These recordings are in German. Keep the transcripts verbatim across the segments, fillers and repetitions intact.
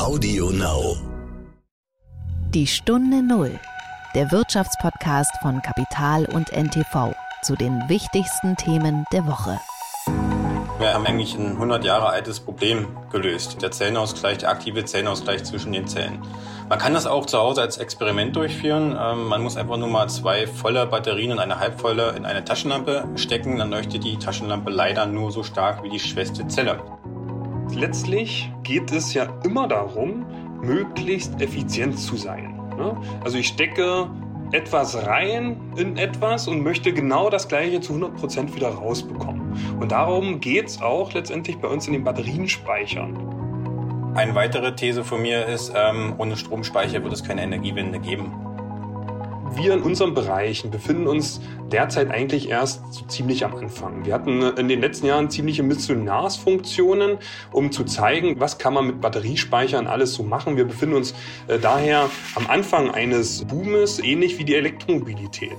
Audio Now. Die Stunde Null, der Wirtschaftspodcast von Kapital und N T V zu den wichtigsten Themen der Woche. Wir haben eigentlich ein hundert Jahre altes Problem gelöst. Der Zellenausgleich, der aktive Zellenausgleich zwischen den Zellen. Man kann das auch zu Hause als Experiment durchführen. Man muss einfach nur mal zwei volle Batterien und eine halbvolle in eine Taschenlampe stecken. Dann leuchtet die Taschenlampe leider nur so stark wie die schwächste Zelle. Letztlich geht es ja immer darum, möglichst effizient zu sein. Also ich stecke etwas rein in etwas und möchte genau das Gleiche zu hundert Prozent wieder rausbekommen. Und darum geht es auch letztendlich bei uns in den Batterienspeichern. Eine weitere These von mir ist, ähm, ohne Stromspeicher wird es keine Energiewende geben. Wir in unseren Bereichen befinden uns derzeit eigentlich erst so ziemlich am Anfang. Wir hatten in den letzten Jahren ziemliche Missionarsfunktionen, um zu zeigen, was kann man mit Batteriespeichern alles so machen. Wir befinden uns äh, daher am Anfang eines Boomes, ähnlich wie die Elektromobilität.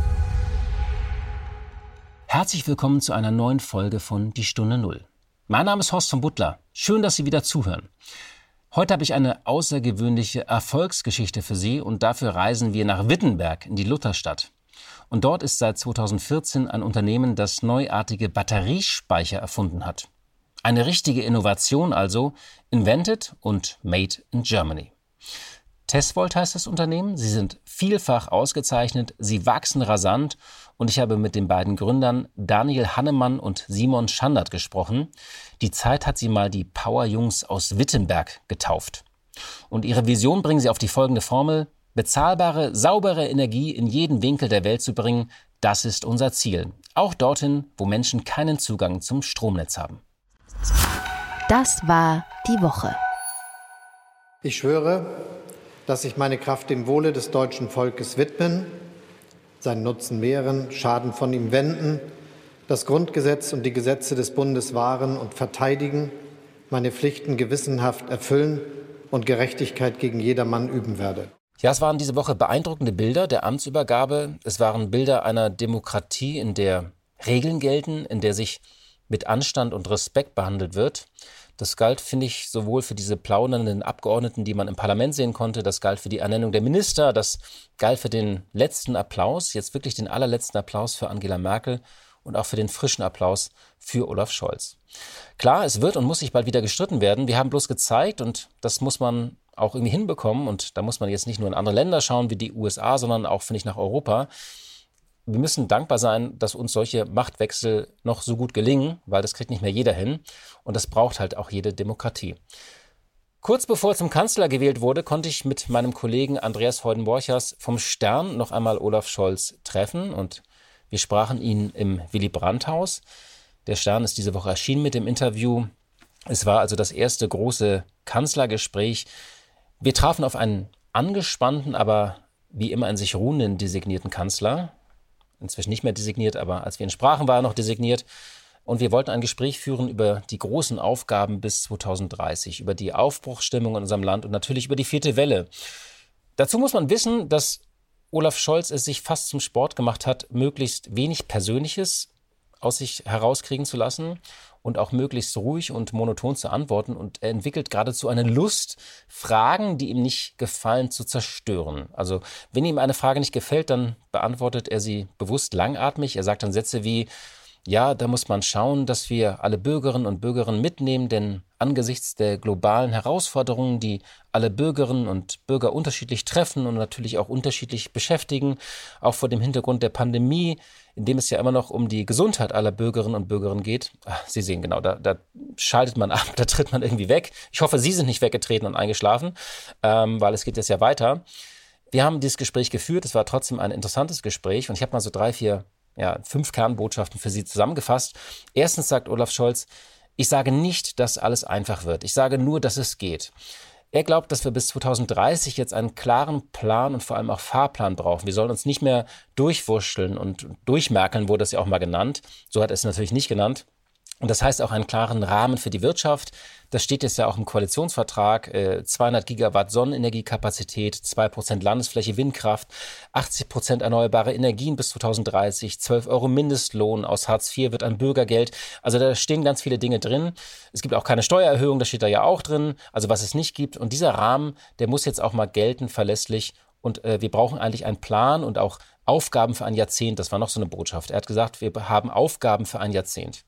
Herzlich willkommen zu einer neuen Folge von Die Stunde Null. Mein Name ist Horst von Butler. Schön, dass Sie wieder zuhören. Heute habe ich eine außergewöhnliche Erfolgsgeschichte für Sie und dafür reisen wir nach Wittenberg in die Lutherstadt. Und dort ist seit zweitausendvierzehn ein Unternehmen, das neuartige Batteriespeicher erfunden hat. Eine richtige Innovation also, invented und made in Germany. Tesvolt heißt das Unternehmen, sie sind vielfach ausgezeichnet, sie wachsen rasant und ich habe mit den beiden Gründern Daniel Hannemann und Simon Schandert gesprochen. Die Zeit hat sie mal die Power-Jungs aus Wittenberg getauft. Und ihre Vision bringen sie auf die folgende Formel: bezahlbare, saubere Energie in jeden Winkel der Welt zu bringen, das ist unser Ziel. Auch dorthin, wo Menschen keinen Zugang zum Stromnetz haben. Das war die Woche. Ich schwöre, dass ich meine Kraft dem Wohle des deutschen Volkes widmen, seinen Nutzen mehren, Schaden von ihm wenden, das Grundgesetz und die Gesetze des Bundes wahren und verteidigen, meine Pflichten gewissenhaft erfüllen und Gerechtigkeit gegen jedermann üben werde. Ja, es waren diese Woche beeindruckende Bilder der Amtsübergabe. Es waren Bilder einer Demokratie, in der Regeln gelten, in der sich mit Anstand und Respekt behandelt wird. Das galt, finde ich, sowohl für diese plaudernden Abgeordneten, die man im Parlament sehen konnte, das galt für die Ernennung der Minister, das galt für den letzten Applaus, jetzt wirklich den allerletzten Applaus für Angela Merkel und auch für den frischen Applaus für Olaf Scholz. Klar, es wird und muss sich bald wieder gestritten werden. Wir haben bloß gezeigt, und das muss man auch irgendwie hinbekommen, und da muss man jetzt nicht nur in andere Länder schauen wie die U S A, sondern auch, finde ich, nach Europa. Wir müssen dankbar sein, dass uns solche Machtwechsel noch so gut gelingen, weil das kriegt nicht mehr jeder hin und das braucht halt auch jede Demokratie. Kurz bevor er zum Kanzler gewählt wurde, konnte ich mit meinem Kollegen Andreas Heuden-Borchers vom Stern noch einmal Olaf Scholz treffen und wir sprachen ihn im Willy-Brandt-Haus. Der Stern ist diese Woche erschienen mit dem Interview. Es war also das erste große Kanzlergespräch. Wir trafen auf einen angespannten, aber wie immer in sich ruhenden designierten Kanzler. Inzwischen nicht mehr designiert, aber als wir ihn sprachen, war er noch designiert. Und wir wollten ein Gespräch führen über die großen Aufgaben bis zweitausenddreißig, über die Aufbruchsstimmung in unserem Land und natürlich über die vierte Welle. Dazu muss man wissen, dass Olaf Scholz es sich fast zum Sport gemacht hat, möglichst wenig Persönliches aus sich herauskriegen zu lassen und auch möglichst ruhig und monoton zu antworten. Und er entwickelt geradezu eine Lust, Fragen, die ihm nicht gefallen, zu zerstören. Also wenn ihm eine Frage nicht gefällt, dann beantwortet er sie bewusst langatmig. Er sagt dann Sätze wie: Ja, da muss man schauen, dass wir alle Bürgerinnen und Bürger mitnehmen, denn angesichts der globalen Herausforderungen, die alle Bürgerinnen und Bürger unterschiedlich treffen und natürlich auch unterschiedlich beschäftigen, auch vor dem Hintergrund der Pandemie, in dem es ja immer noch um die Gesundheit aller Bürgerinnen und Bürger geht. Ach, Sie sehen genau, da, da schaltet man ab, da tritt man irgendwie weg. Ich hoffe, Sie sind nicht weggetreten und eingeschlafen, ähm, weil es geht jetzt ja weiter. Wir haben dieses Gespräch geführt, es war trotzdem ein interessantes Gespräch und ich habe mal so drei, vier Ja, fünf Kernbotschaften für Sie zusammengefasst. Erstens sagt Olaf Scholz: Ich sage nicht, dass alles einfach wird. Ich sage nur, dass es geht. Er glaubt, dass wir bis zweitausenddreißig jetzt einen klaren Plan und vor allem auch Fahrplan brauchen. Wir sollen uns nicht mehr durchwurschteln und durchmerkeln, wurde das ja auch mal genannt. So hat er es natürlich nicht genannt. Und das heißt auch einen klaren Rahmen für die Wirtschaft. Das steht jetzt ja auch im Koalitionsvertrag. Äh, zweihundert Gigawatt Sonnenenergiekapazität, zwei Prozent Landesfläche Windkraft, achtzig Prozent erneuerbare Energien bis zweitausenddreißig, zwölf Euro Mindestlohn, aus Hartz vier wird ein Bürgergeld. Also da stehen ganz viele Dinge drin. Es gibt auch keine Steuererhöhung, das steht da ja auch drin. Also was es nicht gibt. Und dieser Rahmen, der muss jetzt auch mal gelten, verlässlich. Und äh, wir brauchen eigentlich einen Plan und auch Aufgaben für ein Jahrzehnt. Das war noch so eine Botschaft. Er hat gesagt, wir haben Aufgaben für ein Jahrzehnt.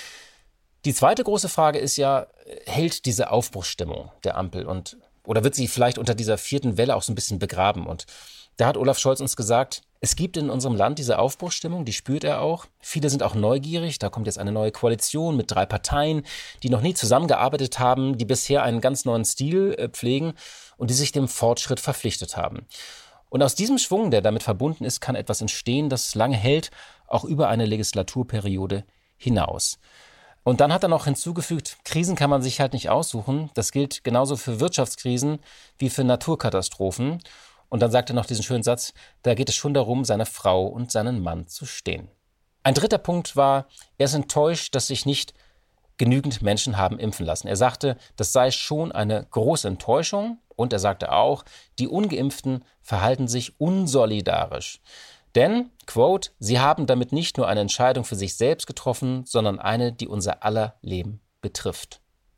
Die zweite große Frage ist ja, hält diese Aufbruchsstimmung der Ampel und oder wird sie vielleicht unter dieser vierten Welle auch so ein bisschen begraben? Und da hat Olaf Scholz uns gesagt, es gibt in unserem Land diese Aufbruchsstimmung, die spürt er auch. Viele sind auch neugierig, da kommt jetzt eine neue Koalition mit drei Parteien, die noch nie zusammengearbeitet haben, die bisher einen ganz neuen Stil äh, pflegen und die sich dem Fortschritt verpflichtet haben. Und aus diesem Schwung, der damit verbunden ist, kann etwas entstehen, das lange hält, auch über eine Legislaturperiode hinaus. Und dann hat er noch hinzugefügt, Krisen kann man sich halt nicht aussuchen. Das gilt genauso für Wirtschaftskrisen wie für Naturkatastrophen. Und dann sagt er noch diesen schönen Satz, da geht es schon darum, seine Frau und seinen Mann zu stehen. Ein dritter Punkt war, er ist enttäuscht, dass sich nicht genügend Menschen haben impfen lassen. Er sagte, das sei schon eine große Enttäuschung. Und er sagte auch, die Ungeimpften verhalten sich unsolidarisch. Denn, Quote, sie haben damit nicht nur eine Entscheidung für sich selbst getroffen, sondern eine, die unser aller Leben betrifft.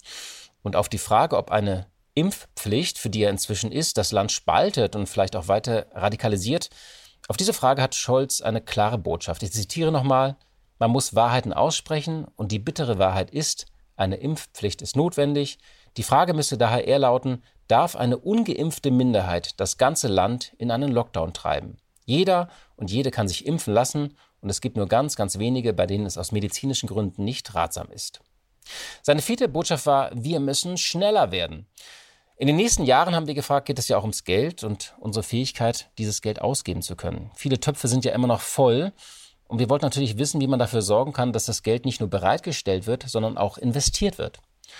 Und auf die Frage, ob eine Impfpflicht, für die er inzwischen ist, das Land spaltet und vielleicht auch weiter radikalisiert, auf diese Frage hat Scholz eine klare Botschaft. Ich zitiere nochmal, man muss Wahrheiten aussprechen und die bittere Wahrheit ist, eine Impfpflicht ist notwendig. Die Frage müsste daher eher lauten, darf eine ungeimpfte Minderheit das ganze Land in einen Lockdown treiben? Jeder und jede kann sich impfen lassen und es gibt nur ganz, ganz wenige, bei denen es aus medizinischen Gründen nicht ratsam ist. Seine vierte Botschaft war, wir müssen schneller werden. In den nächsten Jahren, haben wir gefragt, geht es ja auch ums Geld und unsere Fähigkeit, dieses Geld ausgeben zu können. Viele Töpfe sind ja immer noch voll und wir wollten natürlich wissen, wie man dafür sorgen kann, dass das Geld nicht nur bereitgestellt wird, sondern auch investiert wird.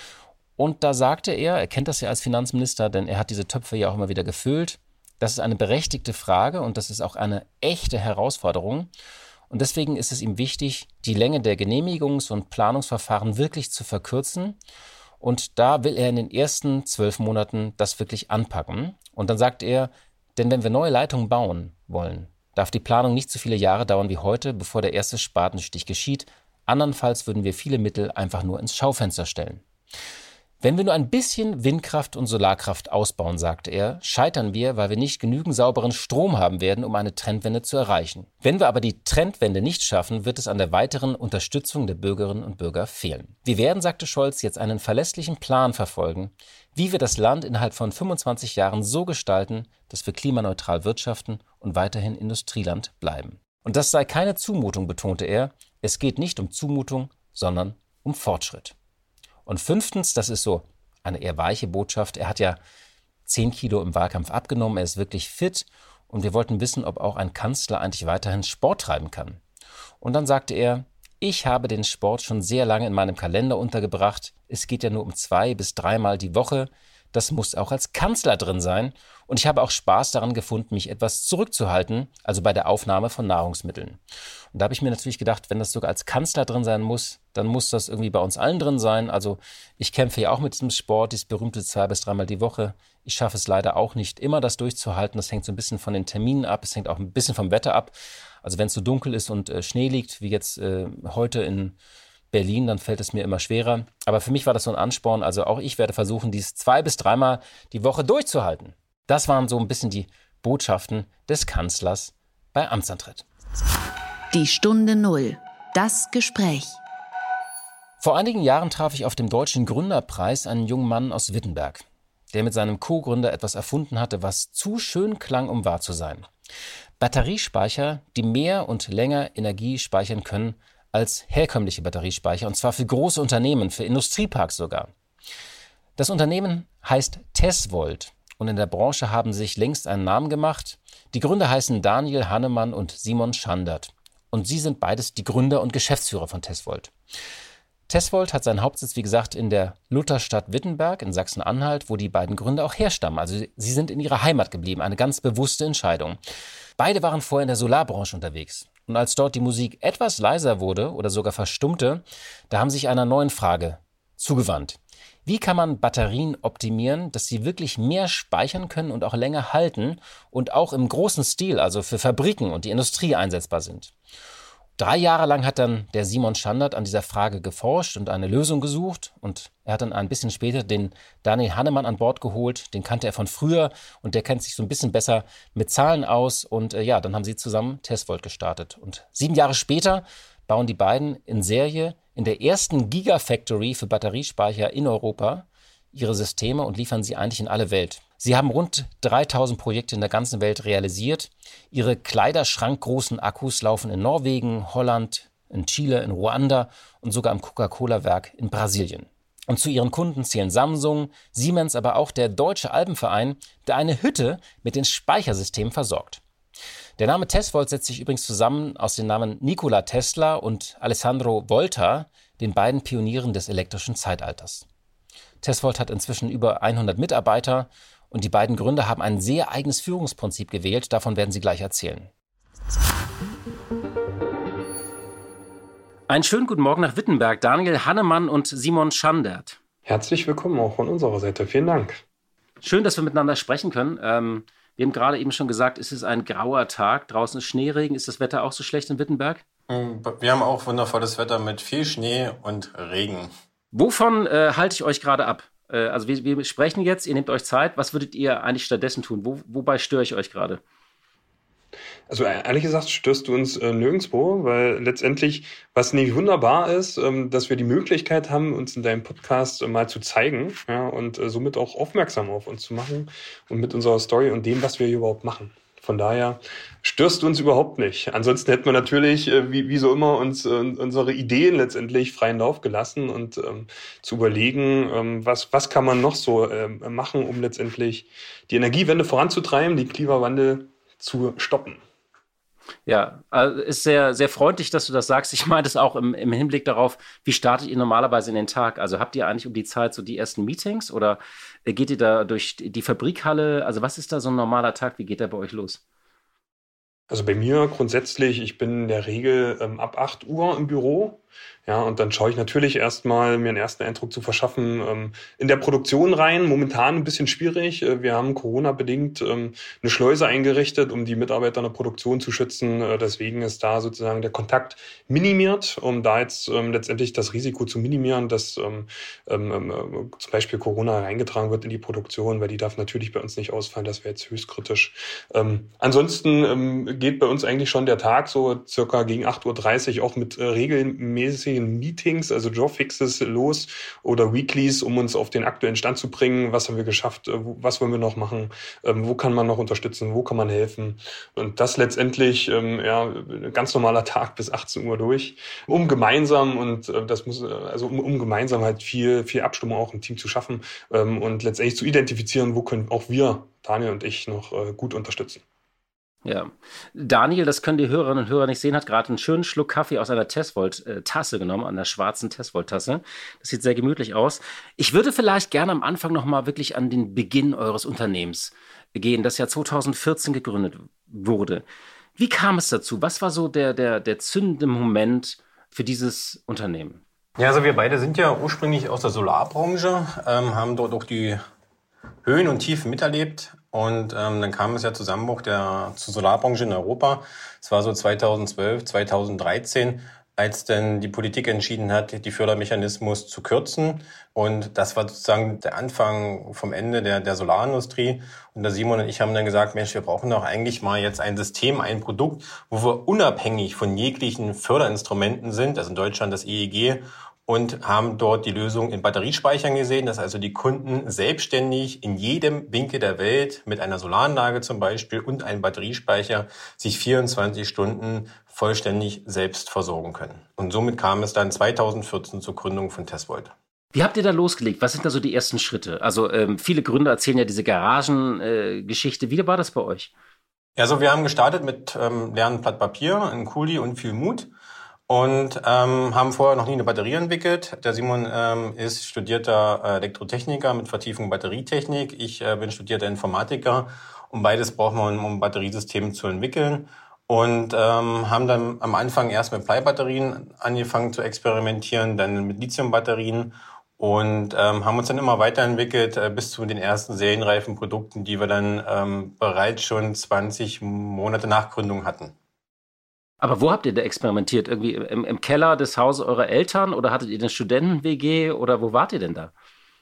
Und da sagte er, er kennt das ja als Finanzminister, denn er hat diese Töpfe ja auch immer wieder gefüllt. Das ist eine berechtigte Frage und das ist auch eine echte Herausforderung. Und deswegen ist es ihm wichtig, die Länge der Genehmigungs- und Planungsverfahren wirklich zu verkürzen. Und da will er in den ersten zwölf Monaten das wirklich anpacken. Und dann sagt er, denn wenn wir neue Leitungen bauen wollen, darf die Planung nicht so viele Jahre dauern wie heute, bevor der erste Spatenstich geschieht. Andernfalls würden wir viele Mittel einfach nur ins Schaufenster stellen. Wenn wir nur ein bisschen Windkraft und Solarkraft ausbauen, sagte er, scheitern wir, weil wir nicht genügend sauberen Strom haben werden, um eine Trendwende zu erreichen. Wenn wir aber die Trendwende nicht schaffen, wird es an der weiteren Unterstützung der Bürgerinnen und Bürger fehlen. Wir werden, sagte Scholz, jetzt einen verlässlichen Plan verfolgen, wie wir das Land innerhalb von fünfundzwanzig Jahren so gestalten, dass wir klimaneutral wirtschaften und weiterhin Industrieland bleiben. Und das sei keine Zumutung, betonte er. Es geht nicht um Zumutung, sondern um Fortschritt. Und fünftens, das ist so eine eher weiche Botschaft, er hat ja zehn Kilo im Wahlkampf abgenommen, er ist wirklich fit und wir wollten wissen, ob auch ein Kanzler eigentlich weiterhin Sport treiben kann. Und dann sagte er, ich habe den Sport schon sehr lange in meinem Kalender untergebracht, es geht ja nur um zwei bis dreimal die Woche, das muss auch als Kanzler drin sein und ich habe auch Spaß daran gefunden, mich etwas zurückzuhalten, also bei der Aufnahme von Nahrungsmitteln. Und da habe ich mir natürlich gedacht, wenn das sogar als Kanzler drin sein muss, dann muss das irgendwie bei uns allen drin sein. Also ich kämpfe ja auch mit diesem Sport, dieses berühmte zwei bis dreimal die Woche. Ich schaffe es leider auch nicht immer, das durchzuhalten. Das hängt so ein bisschen von den Terminen ab, es hängt auch ein bisschen vom Wetter ab. Also wenn es so dunkel ist und äh, Schnee liegt, wie jetzt äh, heute in Berlin, dann fällt es mir immer schwerer. Aber für mich war das so ein Ansporn. Also auch ich werde versuchen, dies zwei bis dreimal die Woche durchzuhalten. Das waren so ein bisschen die Botschaften des Kanzlers bei Amtsantritt. Die Stunde Null. Das Gespräch. Vor einigen Jahren traf ich auf dem Deutschen Gründerpreis einen jungen Mann aus Wittenberg, der mit seinem Co-Gründer etwas erfunden hatte, was zu schön klang, um wahr zu sein. Batteriespeicher, die mehr und länger Energie speichern können als herkömmliche Batteriespeicher, und zwar für große Unternehmen, für Industrieparks sogar. Das Unternehmen heißt Tesvolt und in der Branche haben sich längst einen Namen gemacht. Die Gründer heißen Daniel Hannemann und Simon Schandert und sie sind beides die Gründer und Geschäftsführer von Tesvolt. Tesvolt hat seinen Hauptsitz, wie gesagt, in der Lutherstadt Wittenberg in Sachsen-Anhalt, wo die beiden Gründer auch herstammen. Also sie sind in ihrer Heimat geblieben, eine ganz bewusste Entscheidung. Beide waren vorher in der Solarbranche unterwegs. Und als dort die Musik etwas leiser wurde oder sogar verstummte, da haben sie sich einer neuen Frage zugewandt. Wie kann man Batterien optimieren, dass sie wirklich mehr speichern können und auch länger halten und auch im großen Stil, also für Fabriken und die Industrie einsetzbar sind? Drei Jahre lang hat dann der Simon Schandert an dieser Frage geforscht und eine Lösung gesucht. Und er hat dann ein bisschen später den Daniel Hannemann an Bord geholt. Den kannte er von früher und der kennt sich so ein bisschen besser mit Zahlen aus. Und äh, ja, dann haben sie zusammen Tesvolt gestartet. Und sieben Jahre später bauen die beiden in Serie in der ersten Gigafactory für Batteriespeicher in Europa ihre Systeme und liefern sie eigentlich in alle Welt. Sie haben rund dreitausend Projekte in der ganzen Welt realisiert. Ihre kleiderschrankgroßen Akkus laufen in Norwegen, Holland, in Chile, in Ruanda und sogar im Coca-Cola-Werk in Brasilien. Und zu ihren Kunden zählen Samsung, Siemens, aber auch der Deutsche Alpenverein, der eine Hütte mit den Speichersystemen versorgt. Der Name Tesvolt setzt sich übrigens zusammen aus den Namen Nikola Tesla und Alessandro Volta, den beiden Pionieren des elektrischen Zeitalters. Tesvolt hat inzwischen über hundert Mitarbeiter und die beiden Gründer haben ein sehr eigenes Führungsprinzip gewählt. Davon werden sie gleich erzählen. Einen schönen guten Morgen nach Wittenberg, Daniel Hannemann und Simon Schandert. Herzlich willkommen auch von unserer Seite. Vielen Dank. Schön, dass wir miteinander sprechen können. Ähm, wir haben gerade eben schon gesagt, es ist ein grauer Tag. Draußen ist Schneeregen. Ist das Wetter auch so schlecht in Wittenberg? Wir haben auch wundervolles Wetter mit viel Schnee und Regen. Wovon äh, halte ich euch gerade ab? Äh, also wir, wir sprechen jetzt, ihr nehmt euch Zeit. Was würdet ihr eigentlich stattdessen tun? Wo, wobei störe ich euch gerade? Also ehrlich gesagt störst du uns äh, nirgendwo, weil letztendlich, was nämlich wunderbar ist, ähm, dass wir die Möglichkeit haben, uns in deinem Podcast äh, mal zu zeigen, ja, und äh, somit auch aufmerksam auf uns zu machen und mit unserer Story und dem, was wir hier überhaupt machen. Von daher störst du uns überhaupt nicht. Ansonsten hätten wir natürlich, äh, wie, wie so immer, uns äh, unsere Ideen letztendlich freien Lauf gelassen und ähm, zu überlegen, ähm, was, was kann man noch so äh, machen, um letztendlich die Energiewende voranzutreiben, den Klimawandel zu stoppen. Ja, also ist sehr, sehr freundlich, dass du das sagst. Ich meine das auch im, im Hinblick darauf, wie startet ihr normalerweise in den Tag? Also habt ihr eigentlich um die Zeit so die ersten Meetings oder geht ihr da durch die Fabrikhalle? Also was ist da so ein normaler Tag? Wie geht der bei euch los? Also bei mir grundsätzlich, ich bin in der Regel ähm, ab acht Uhr im Büro. Ja, und dann schaue ich natürlich erstmal, mir einen ersten Eindruck zu verschaffen, ähm, in der Produktion rein. Momentan ein bisschen schwierig. Wir haben Corona-bedingt ähm, eine Schleuse eingerichtet, um die Mitarbeiter in der Produktion zu schützen. Äh, deswegen ist da sozusagen der Kontakt minimiert, um da jetzt ähm, letztendlich das Risiko zu minimieren, dass ähm, ähm, äh, zum Beispiel Corona reingetragen wird in die Produktion, weil die darf natürlich bei uns nicht ausfallen. Das wäre jetzt höchst kritisch. Ähm, ansonsten ähm, geht bei uns eigentlich schon der Tag so circa gegen acht Uhr dreißig auch mit äh, regelmäßigen Meetings, also Jobfixes los oder Weeklies, um uns auf den aktuellen Stand zu bringen. Was haben wir geschafft? Was wollen wir noch machen? Ähm, wo kann man noch unterstützen? Wo kann man helfen? Und das letztendlich, ähm, ja, ein ganz normaler Tag bis achtzehn Uhr durch, um gemeinsam und äh, das muss, also um, um gemeinsam halt viel, viel Abstimmung auch im Team zu schaffen ähm, und letztendlich zu identifizieren, wo können auch wir, Daniel und ich, noch äh, gut unterstützen. Ja, Daniel, das können die Hörerinnen und Hörer nicht sehen, hat gerade einen schönen Schluck Kaffee aus einer Tesvolt-Tasse genommen, einer schwarzen Tesvolt-Tasse. Das sieht sehr gemütlich aus. Ich würde vielleicht gerne am Anfang nochmal wirklich an den Beginn eures Unternehmens gehen, das ja zweitausendvierzehn gegründet wurde. Wie kam es dazu? Was war so der, der, der zündende Moment für dieses Unternehmen? Ja, also wir beide sind ja ursprünglich aus der Solarbranche, ähm, haben dort auch die Höhen und Tiefen miterlebt. Und ähm, dann kam es ja Zusammenbruch der zur Solarbranche in Europa. Es war so zweitausendzwölf, zweitausenddreizehn, als dann die Politik entschieden hat, die Fördermechanismus zu kürzen. Und das war sozusagen der Anfang vom Ende der, der Solarindustrie. Und der Simon und ich haben dann gesagt, Mensch, wir brauchen doch eigentlich mal jetzt ein System, ein Produkt, wo wir unabhängig von jeglichen Förderinstrumenten sind, also in Deutschland das E E G, und haben dort die Lösung in Batteriespeichern gesehen, dass also die Kunden selbstständig in jedem Winkel der Welt mit einer Solaranlage zum Beispiel und einem Batteriespeicher sich vierundzwanzig Stunden vollständig selbst versorgen können. Und somit kam es dann zweitausendvierzehn zur Gründung von Tesvolt. Wie habt ihr da losgelegt? Was sind da so die ersten Schritte? Also ähm, viele Gründer erzählen ja diese Garagengeschichte. Äh, Wie war das bei euch? Also wir haben gestartet mit ähm, leeren Blatt Papier, einem Kuli und viel Mut. Und ähm, haben vorher noch nie eine Batterie entwickelt. Der Simon ähm, ist studierter äh, Elektrotechniker mit Vertiefung Batterietechnik. Ich äh, bin studierter Informatiker. Und beides braucht man, um Batteriesysteme zu entwickeln. Und ähm, haben dann am Anfang erst mit Bleibatterien angefangen zu experimentieren, dann mit Lithiumbatterien und ähm, haben uns dann immer weiterentwickelt äh, bis zu den ersten serienreifen Produkten, die wir dann ähm, bereits schon zwanzig Monate nach Gründung hatten. Aber wo habt ihr da experimentiert? Irgendwie im, im Keller des Hauses eurer Eltern oder hattet ihr den Studenten-W G oder wo wart ihr denn da?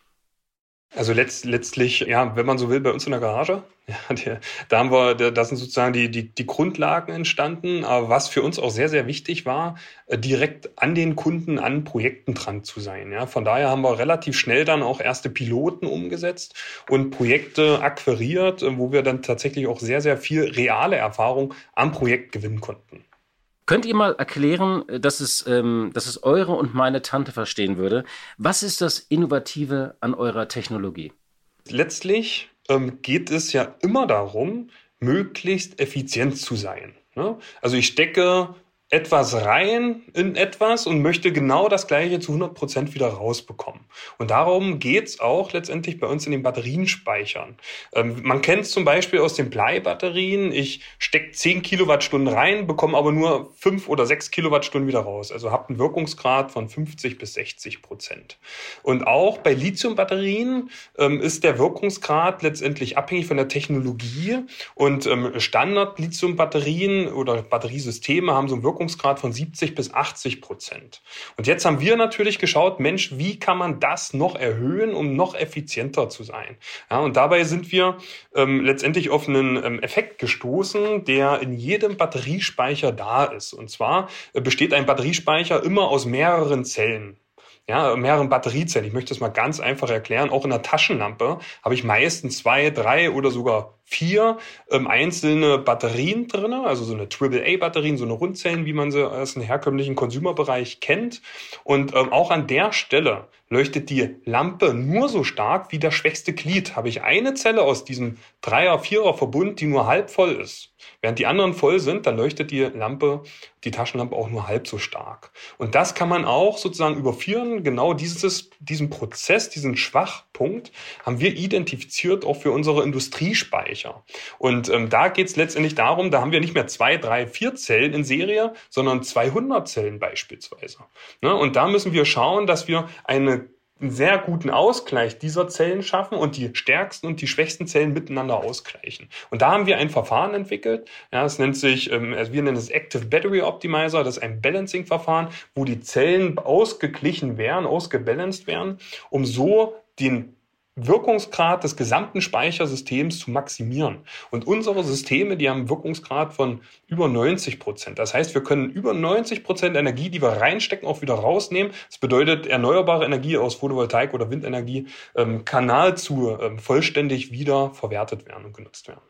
Also letzt, letztlich, ja, wenn man so will, bei uns in der Garage. Ja, die, da haben wir, da sind sozusagen die, die, die Grundlagen entstanden. Aber was für uns auch sehr, sehr wichtig war, direkt an den Kunden, an Projekten dran zu sein. Ja, von daher haben wir relativ schnell dann auch erste Piloten umgesetzt und Projekte akquiriert, wo wir dann tatsächlich auch sehr, sehr viel reale Erfahrung am Projekt gewinnen konnten. Könnt ihr mal erklären, dass es, ähm, dass es eure und meine Tante verstehen würde? Was ist das Innovative an eurer Technologie? Letztlich ähm, geht es ja immer darum, möglichst effizient zu sein. Ne? Also ich stecke etwas rein in etwas und möchte genau das Gleiche zu hundert Prozent wieder rausbekommen. Und darum geht's auch letztendlich bei uns in den Batterienspeichern. Ähm, man kennt es zum Beispiel aus den Bleibatterien. Ich stecke zehn Kilowattstunden rein, bekomme aber nur fünf oder sechs Kilowattstunden wieder raus. Also habe einen Wirkungsgrad von fünfzig bis sechzig Prozent. Und auch bei Lithiumbatterien ähm, ist der Wirkungsgrad letztendlich abhängig von der Technologie. Und ähm, Standard-Lithiumbatterien oder Batteriesysteme haben so einen Wirkungsgrad von siebzig bis achtzig Prozent. Und jetzt haben wir natürlich geschaut, Mensch, wie kann man das noch erhöhen, um noch effizienter zu sein? Ja, und dabei sind wir ähm, letztendlich auf einen ähm, Effekt gestoßen, der in jedem Batteriespeicher da ist. Und zwar äh, besteht ein Batteriespeicher immer aus mehreren Zellen. Ja, mehreren Batteriezellen. Ich möchte das mal ganz einfach erklären. Auch in der Taschenlampe habe ich meistens zwei, drei oder sogar vier ähm, einzelne Batterien drin, also so eine Triple A Batterien, so eine Rundzellen, wie man sie aus dem herkömmlichen Consumer-Bereich kennt. Und ähm, auch an der Stelle leuchtet die Lampe nur so stark wie das schwächste Glied. Habe ich eine Zelle aus diesem Dreier-Vierer-Verbund, die nur halb voll ist, während die anderen voll sind, dann leuchtet die Lampe, die Taschenlampe auch nur halb so stark. Und das kann man auch sozusagen überführen. Genau dieses, diesen Prozess, diesen Schwachpunkt haben wir identifiziert auch für unsere Industriespeicher. Und ähm, da geht es letztendlich darum, da haben wir nicht mehr zwei, drei, vier Zellen in Serie, sondern zweihundert Zellen beispielsweise. Ne? Und da müssen wir schauen, dass wir eine einen sehr guten Ausgleich dieser Zellen schaffen und die stärksten und die schwächsten Zellen miteinander ausgleichen. Und da haben wir ein Verfahren entwickelt. Ja, es nennt sich, ähm, wir nennen es Active Battery Optimizer. Das ist ein Balancing-Verfahren, wo die Zellen ausgeglichen werden, ausgebalanced werden, um so den Wirkungsgrad des gesamten Speichersystems zu maximieren. Und unsere Systeme, die haben einen Wirkungsgrad von über neunzig Prozent. Das heißt, wir können über neunzig Prozent Energie, die wir reinstecken, auch wieder rausnehmen. Das bedeutet, erneuerbare Energie aus Photovoltaik oder Windenergie ähm, kann nahezu ähm, vollständig wieder verwertet werden und genutzt werden.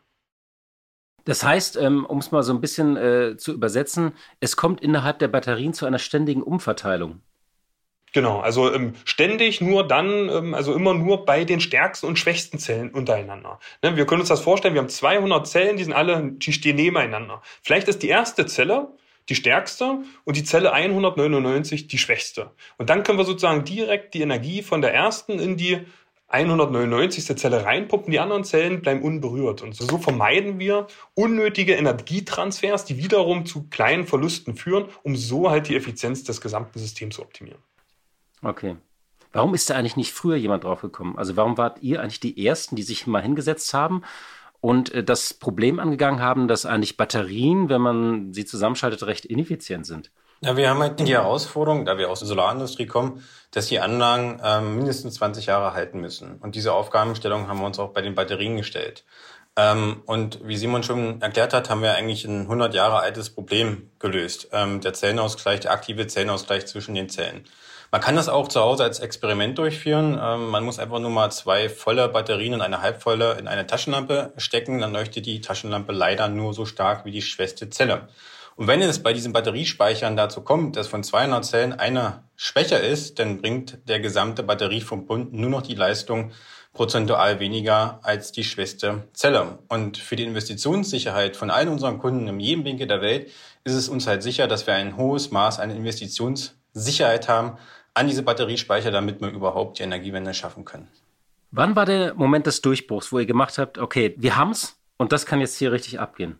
Das heißt, ähm, um es mal so ein bisschen äh, zu übersetzen, es kommt innerhalb der Batterien zu einer ständigen Umverteilung. Genau, also ähm, ständig nur dann, ähm, also immer nur bei den stärksten und schwächsten Zellen untereinander. Ne, wir können uns das vorstellen, wir haben zweihundert Zellen, die sind alle, die stehen nebeneinander. Vielleicht ist die erste Zelle die stärkste und die Zelle hundertneunundneunzig die schwächste. Und dann können wir sozusagen direkt die Energie von der ersten in die hundertneunundneunzigste Zelle reinpumpen, die anderen Zellen bleiben unberührt. Und so vermeiden wir unnötige Energietransfers, die wiederum zu kleinen Verlusten führen, um so halt die Effizienz des gesamten Systems zu optimieren. Okay. Warum ist da eigentlich nicht früher jemand drauf gekommen? Also warum wart ihr eigentlich die Ersten, die sich mal hingesetzt haben und äh, das Problem angegangen haben, dass eigentlich Batterien, wenn man sie zusammenschaltet, recht ineffizient sind? Ja, wir haben halt die Herausforderung, da wir aus der Solarindustrie kommen, dass die Anlagen ähm, mindestens zwanzig Jahre halten müssen. Und diese Aufgabenstellung haben wir uns auch bei den Batterien gestellt. Ähm, und wie Simon schon erklärt hat, haben wir eigentlich ein hundert Jahre altes Problem gelöst. Ähm, der Zellenausgleich, der aktive Zellenausgleich zwischen den Zellen. Man kann das auch zu Hause als Experiment durchführen. Ähm, man muss einfach nur mal zwei volle Batterien und eine halbvolle in eine Taschenlampe stecken. Dann leuchtet die Taschenlampe leider nur so stark wie die schwächste Zelle. Und wenn es bei diesen Batteriespeichern dazu kommt, dass von zweihundert Zellen eine schwächer ist, dann bringt der gesamte Batterieverbund nur noch die Leistung prozentual weniger als die schwächste Zelle. Und für die Investitionssicherheit von allen unseren Kunden in jedem Winkel der Welt ist es uns halt sicher, dass wir ein hohes Maß an Investitionssicherheit haben an diese Batteriespeicher, damit wir überhaupt die Energiewende schaffen können. Wann war der Moment des Durchbruchs, wo ihr gemacht habt, okay, wir haben's und das kann jetzt hier richtig abgehen?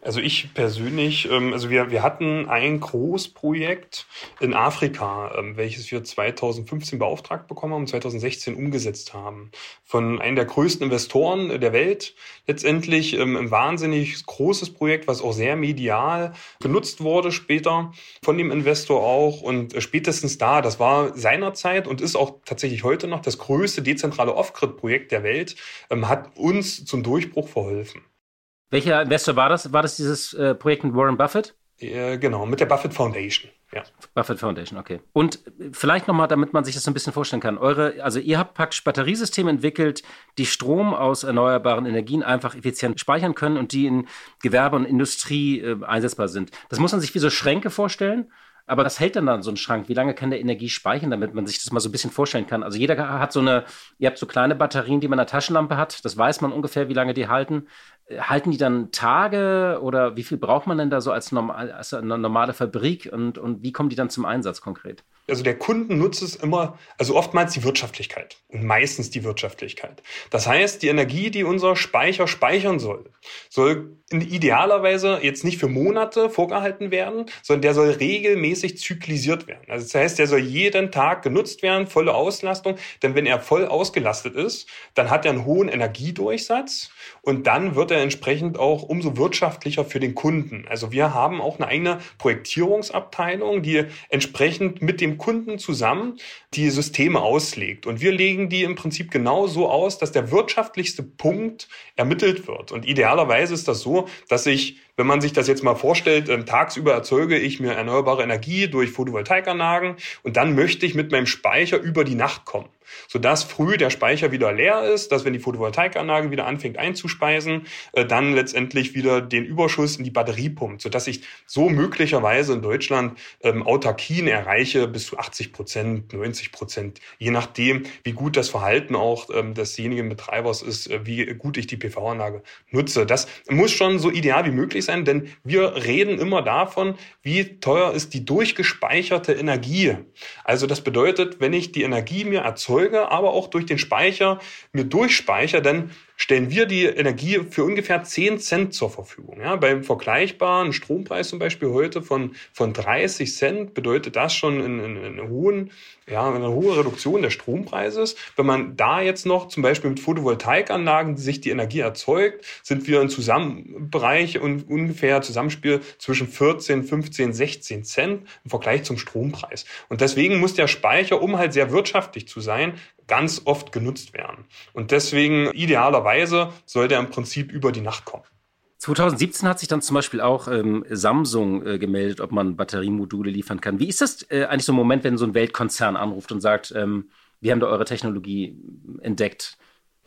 Also ich persönlich, also wir, wir hatten ein Großprojekt in Afrika, welches wir zweitausendfünfzehn beauftragt bekommen haben und zweitausendsechzehn umgesetzt haben. Von einem der größten Investoren der Welt. Letztendlich ein wahnsinnig großes Projekt, was auch sehr medial genutzt wurde später von dem Investor auch. Und spätestens da, das war seinerzeit und ist auch tatsächlich heute noch das größte dezentrale Off-Grid-Projekt der Welt, hat uns zum Durchbruch verholfen. Welcher Investor war das? War das dieses äh, Projekt mit Warren Buffett? Äh, genau, mit der Buffett Foundation. Ja. Buffett Foundation, okay. Und vielleicht nochmal, damit man sich das so ein bisschen vorstellen kann. Eure, also ihr habt praktisch Batteriesysteme entwickelt, die Strom aus erneuerbaren Energien einfach effizient speichern können und die in Gewerbe und Industrie äh, einsetzbar sind. Das muss man sich wie so Schränke vorstellen. Aber was hält denn dann so ein Schrank? Wie lange kann der Energie speichern, damit man sich das mal so ein bisschen vorstellen kann? Also jeder hat so eine, ihr habt so kleine Batterien, die man in der Taschenlampe hat. Das weiß man ungefähr, wie lange die halten. Halten die dann Tage oder wie viel braucht man denn da so als, normal, als eine normale Fabrik und, und wie kommen die dann zum Einsatz konkret? Also der Kunden nutzt es immer, also oftmals die Wirtschaftlichkeit und meistens die Wirtschaftlichkeit. Das heißt, die Energie, die unser Speicher speichern soll, soll in idealerweise jetzt nicht für Monate vorgehalten werden, sondern der soll regelmäßig zyklisiert werden. Also das heißt, der soll jeden Tag genutzt werden, volle Auslastung. Denn wenn er voll ausgelastet ist, dann hat er einen hohen Energiedurchsatz und dann wird er entsprechend auch umso wirtschaftlicher für den Kunden. Also wir haben auch eine eigene Projektierungsabteilung, die entsprechend mit dem Kunden zusammen die Systeme auslegt. Und wir legen die im Prinzip genau so aus, dass der wirtschaftlichste Punkt ermittelt wird. Und idealerweise ist das so, dass ich, wenn man sich das jetzt mal vorstellt, äh, tagsüber erzeuge ich mir erneuerbare Energie durch Photovoltaikanlagen und dann möchte ich mit meinem Speicher über die Nacht kommen, sodass früh der Speicher wieder leer ist, dass wenn die Photovoltaikanlage wieder anfängt einzuspeisen, äh, dann letztendlich wieder den Überschuss in die Batterie pumpt, sodass ich so möglicherweise in Deutschland ähm, Autarkien erreiche bis zu achtzig Prozent, neunzig Prozent, je nachdem, wie gut das Verhalten auch ähm, desjenigen Betreibers ist, äh, wie gut ich die P V-Anlage nutze. Das muss schon so ideal wie möglich sein, denn wir reden immer davon, wie teuer ist die durchgespeicherte Energie. Also das bedeutet, wenn ich die Energie mir erzeuge, aber auch durch den Speicher mir durchspeichere, dann stellen wir die Energie für ungefähr zehn Cent zur Verfügung. Ja, beim vergleichbaren Strompreis zum Beispiel heute von, von dreißig Cent bedeutet das schon eine, eine, eine, hohen, ja, eine hohe Reduktion des Strompreises. Wenn man da jetzt noch zum Beispiel mit Photovoltaikanlagen sich die Energie erzeugt, sind wir im Zusammenbereich und ungefähr Zusammenspiel zwischen vierzehn, fünfzehn, sechzehn Cent im Vergleich zum Strompreis. Und deswegen muss der Speicher, um halt sehr wirtschaftlich zu sein, ganz oft genutzt werden. Und deswegen idealerweise soll der im Prinzip über die Nacht kommen. zweitausendsiebzehn hat sich dann zum Beispiel auch ähm, Samsung äh, gemeldet, ob man Batteriemodule liefern kann. Wie ist das äh, eigentlich so ein Moment, wenn so ein Weltkonzern anruft und sagt, ähm, wir haben da eure Technologie entdeckt?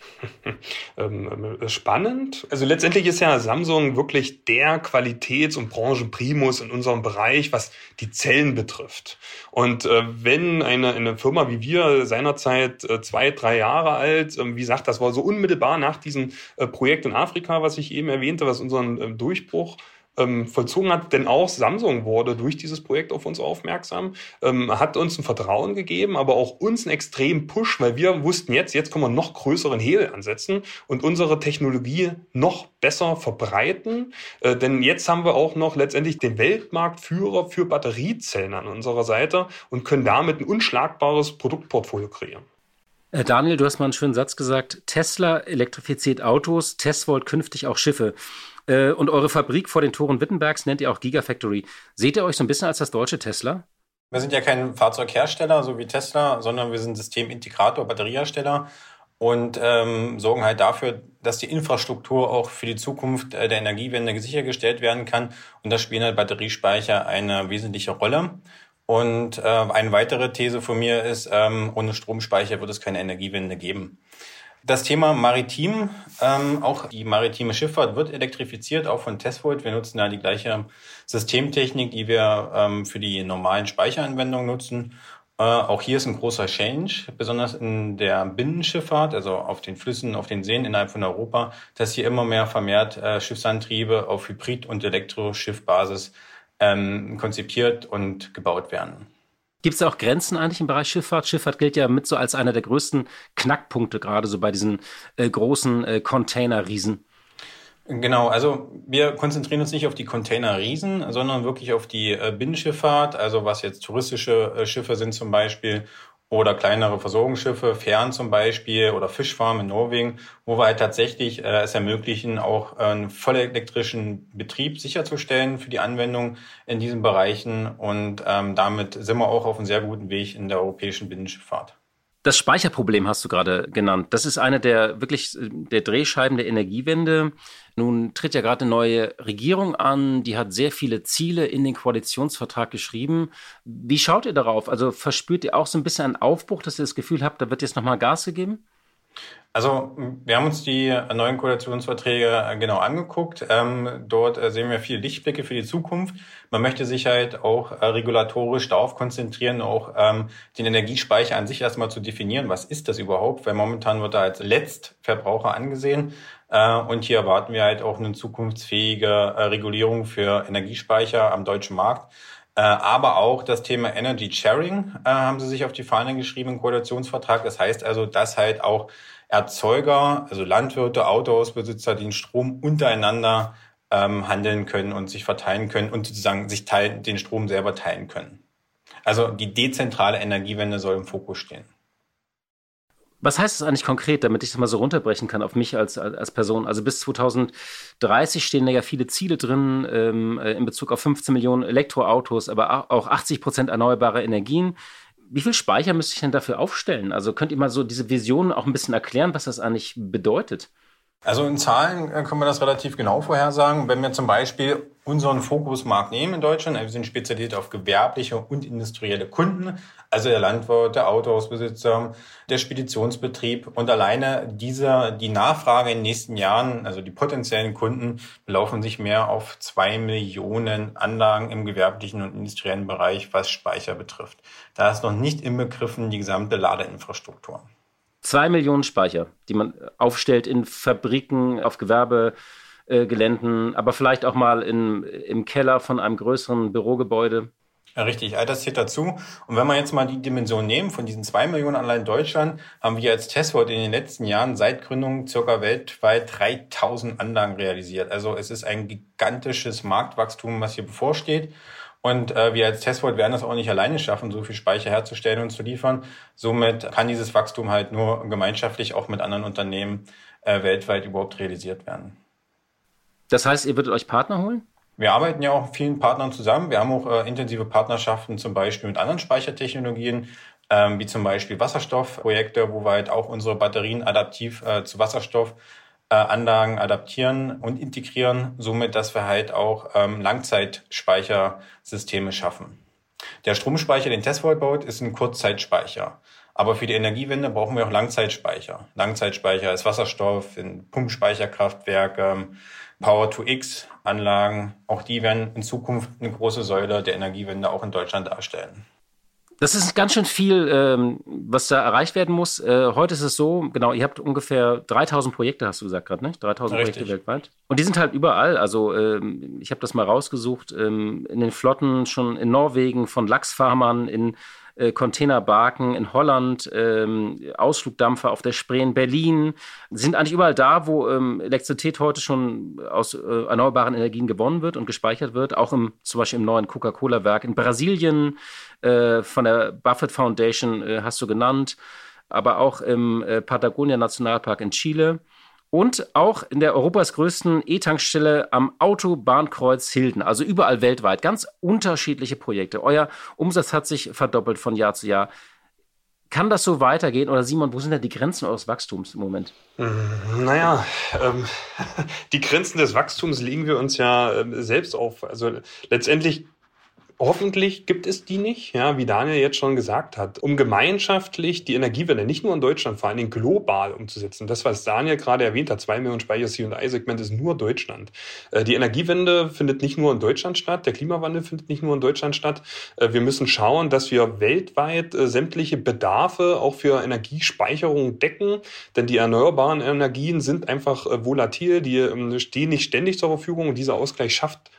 Spannend. Also letztendlich ist ja Samsung wirklich der Qualitäts- und Branchenprimus in unserem Bereich, was die Zellen betrifft. Und äh, wenn eine, eine Firma wie wir seinerzeit äh, zwei, drei Jahre alt, äh, wie gesagt, das war so unmittelbar nach diesem äh, Projekt in Afrika, was ich eben erwähnte, was unseren äh, Durchbruch Ähm, vollzogen hat, denn auch Samsung wurde durch dieses Projekt auf uns aufmerksam, ähm, hat uns ein Vertrauen gegeben, aber auch uns einen extremen Push, weil wir wussten jetzt, jetzt können wir noch größeren Hebel ansetzen und unsere Technologie noch besser verbreiten, äh, denn jetzt haben wir auch noch letztendlich den Weltmarktführer für Batteriezellen an unserer Seite und können damit ein unschlagbares Produktportfolio kreieren. Äh, Daniel, du hast mal einen schönen Satz gesagt, Tesla elektrifiziert Autos, Tesvolt künftig auch Schiffe. Und eure Fabrik vor den Toren Wittenbergs nennt ihr auch Gigafactory. Seht ihr euch so ein bisschen als das deutsche Tesla? Wir sind ja kein Fahrzeughersteller, so wie Tesla, sondern wir sind Systemintegrator, Batteriehersteller und ähm, sorgen halt dafür, dass die Infrastruktur auch für die Zukunft der Energiewende sichergestellt werden kann. Und da spielen halt Batteriespeicher eine wesentliche Rolle. Und äh, eine weitere These von mir ist, ähm, ohne Stromspeicher wird es keine Energiewende geben. Das Thema Maritim, ähm, auch die maritime Schifffahrt wird elektrifiziert, auch von Tesvolt. Wir nutzen da die gleiche Systemtechnik, die wir ähm, für die normalen Speicheranwendungen nutzen. Äh, auch hier ist ein großer Change, besonders in der Binnenschifffahrt, also auf den Flüssen, auf den Seen innerhalb von Europa, dass hier immer mehr vermehrt äh, Schiffsantriebe auf Hybrid- und Elektroschiffbasis ähm, konzipiert und gebaut werden. Gibt es auch Grenzen eigentlich im Bereich Schifffahrt? Schifffahrt gilt ja mit so als einer der größten Knackpunkte, gerade so bei diesen äh, großen äh, Container-Riesen. Genau, also wir konzentrieren uns nicht auf die Containerriesen, sondern wirklich auf die äh, Binnenschifffahrt, also was jetzt touristische äh, Schiffe sind zum Beispiel oder kleinere Versorgungsschiffe, Fähren zum Beispiel oder Fischfarmen in Norwegen, wo wir halt tatsächlich äh, es ermöglichen, auch äh, einen vollelektrischen Betrieb sicherzustellen für die Anwendung in diesen Bereichen und ähm, damit sind wir auch auf einem sehr guten Weg in der europäischen Binnenschifffahrt. Das Speicherproblem hast du gerade genannt. Das ist eine der wirklich der Drehscheiben der Energiewende. Nun tritt ja gerade eine neue Regierung an, die hat sehr viele Ziele in den Koalitionsvertrag geschrieben. Wie schaut ihr darauf? Also verspürt ihr auch so ein bisschen einen Aufbruch, dass ihr das Gefühl habt, da wird jetzt nochmal Gas gegeben? Also wir haben uns die neuen Koalitionsverträge genau angeguckt. Ähm, dort äh, sehen wir viele Lichtblicke für die Zukunft. Man möchte sich halt auch äh, regulatorisch darauf konzentrieren, auch ähm, den Energiespeicher an sich erstmal zu definieren. Was ist das überhaupt? Weil momentan wird er als Letztverbraucher angesehen. Äh, und hier erwarten wir halt auch eine zukunftsfähige äh, Regulierung für Energiespeicher am deutschen Markt. Äh, aber auch das Thema Energy Sharing äh, haben sie sich auf die Fahne geschrieben im Koalitionsvertrag. Das heißt also, dass halt auch Erzeuger, also Landwirte, Autohausbesitzer, die den Strom untereinander ähm, handeln können und sich verteilen können und sozusagen sich teilen, den Strom selber teilen können. Also die dezentrale Energiewende soll im Fokus stehen. Was heißt das eigentlich konkret, damit ich das mal so runterbrechen kann auf mich als, als Person? Also bis zwanzig dreißig stehen da ja viele Ziele drin ähm, in Bezug auf fünfzehn Millionen Elektroautos, aber auch achtzig Prozent erneuerbare Energien. Wie viel Speicher müsste ich denn dafür aufstellen? Also könnt ihr mal so diese Vision auch ein bisschen erklären, was das eigentlich bedeutet? Also in Zahlen können wir das relativ genau vorhersagen. Wenn wir zum Beispiel unseren Fokusmarkt nehmen in Deutschland, wir sind spezialisiert auf gewerbliche und industrielle Kunden, also der Landwirt, der Autohausbesitzer, der Speditionsbetrieb und alleine diese, die Nachfrage in den nächsten Jahren, also die potenziellen Kunden, belaufen sich mehr auf zwei Millionen Anlagen im gewerblichen und industriellen Bereich, was Speicher betrifft. Da ist noch nicht inbegriffen die gesamte Ladeinfrastruktur. Zwei Millionen Speicher, die man aufstellt in Fabriken, auf Gewerbegeländen, aber vielleicht auch mal in, im Keller von einem größeren Bürogebäude. Ja, richtig, all das zählt dazu. Und wenn wir jetzt mal die Dimension nehmen, von diesen zwei Millionen allein in Deutschland, haben wir als Testwort in den letzten Jahren seit Gründung circa weltweit dreitausend Anlagen realisiert. Also es ist ein gigantisches Marktwachstum, was hier bevorsteht. Und äh, wir als Testwort werden das auch nicht alleine schaffen, so viel Speicher herzustellen und zu liefern. Somit kann dieses Wachstum halt nur gemeinschaftlich auch mit anderen Unternehmen äh, weltweit überhaupt realisiert werden. Das heißt, ihr würdet euch Partner holen? Wir arbeiten ja auch mit vielen Partnern zusammen. Wir haben auch äh, intensive Partnerschaften zum Beispiel mit anderen Speichertechnologien, ähm, wie zum Beispiel Wasserstoffprojekte, wo wir halt auch unsere Batterien adaptiv äh, zu Wasserstoff Anlagen adaptieren und integrieren, somit, dass wir halt auch ähm, Langzeitspeichersysteme schaffen. Der Stromspeicher, den Testwort baut, ist ein Kurzzeitspeicher. Aber für die Energiewende brauchen wir auch Langzeitspeicher. Langzeitspeicher ist Wasserstoff, in Pumpspeicherkraftwerke, Power-to-X-Anlagen. Auch die werden in Zukunft eine große Säule der Energiewende auch in Deutschland darstellen. Das ist ganz schön viel, ähm, was da erreicht werden muss. Äh, heute ist es so, genau, ihr habt ungefähr dreitausend Projekte, hast du gesagt gerade, ne? dreitausend Richtig. Projekte weltweit. Und die sind halt überall. Also ähm, ich habe das mal rausgesucht, ähm, in den Flotten schon in Norwegen, von Lachsfarmern, in äh, Containerbarken, in Holland, ähm, Ausflugdampfer auf der Spree in Berlin. Die sind eigentlich überall da, wo ähm, Elektrizität heute schon aus äh, erneuerbaren Energien gewonnen wird und gespeichert wird. Auch im, zum Beispiel im neuen Coca-Cola-Werk in Brasilien, äh, von der Buffett Foundation äh, hast du genannt, aber auch im äh, Patagonia-Nationalpark in Chile. Und auch in der Europas größten E-Tankstelle am Autobahnkreuz Hilden, also überall weltweit. Ganz unterschiedliche Projekte. Euer Umsatz hat sich verdoppelt von Jahr zu Jahr. Kann das so weitergehen? Oder Simon, wo sind denn die Grenzen eures Wachstums im Moment? Naja, ähm, die Grenzen des Wachstums legen wir uns ja äh, selbst auf. Also letztendlich hoffentlich gibt es die nicht, ja, wie Daniel jetzt schon gesagt hat, um gemeinschaftlich die Energiewende nicht nur in Deutschland, vor allen Dingen global umzusetzen. Das, was Daniel gerade erwähnt hat, zwei Millionen Speicher C und I-Segment ist nur Deutschland. Äh, die Energiewende findet nicht nur in Deutschland statt, der Klimawandel findet nicht nur in Deutschland statt. Äh, wir müssen schauen, dass wir weltweit äh, sämtliche Bedarfe auch für Energiespeicherung decken, denn die erneuerbaren Energien sind einfach äh, volatil, die äh, stehen nicht ständig zur Verfügung und dieser Ausgleich schafft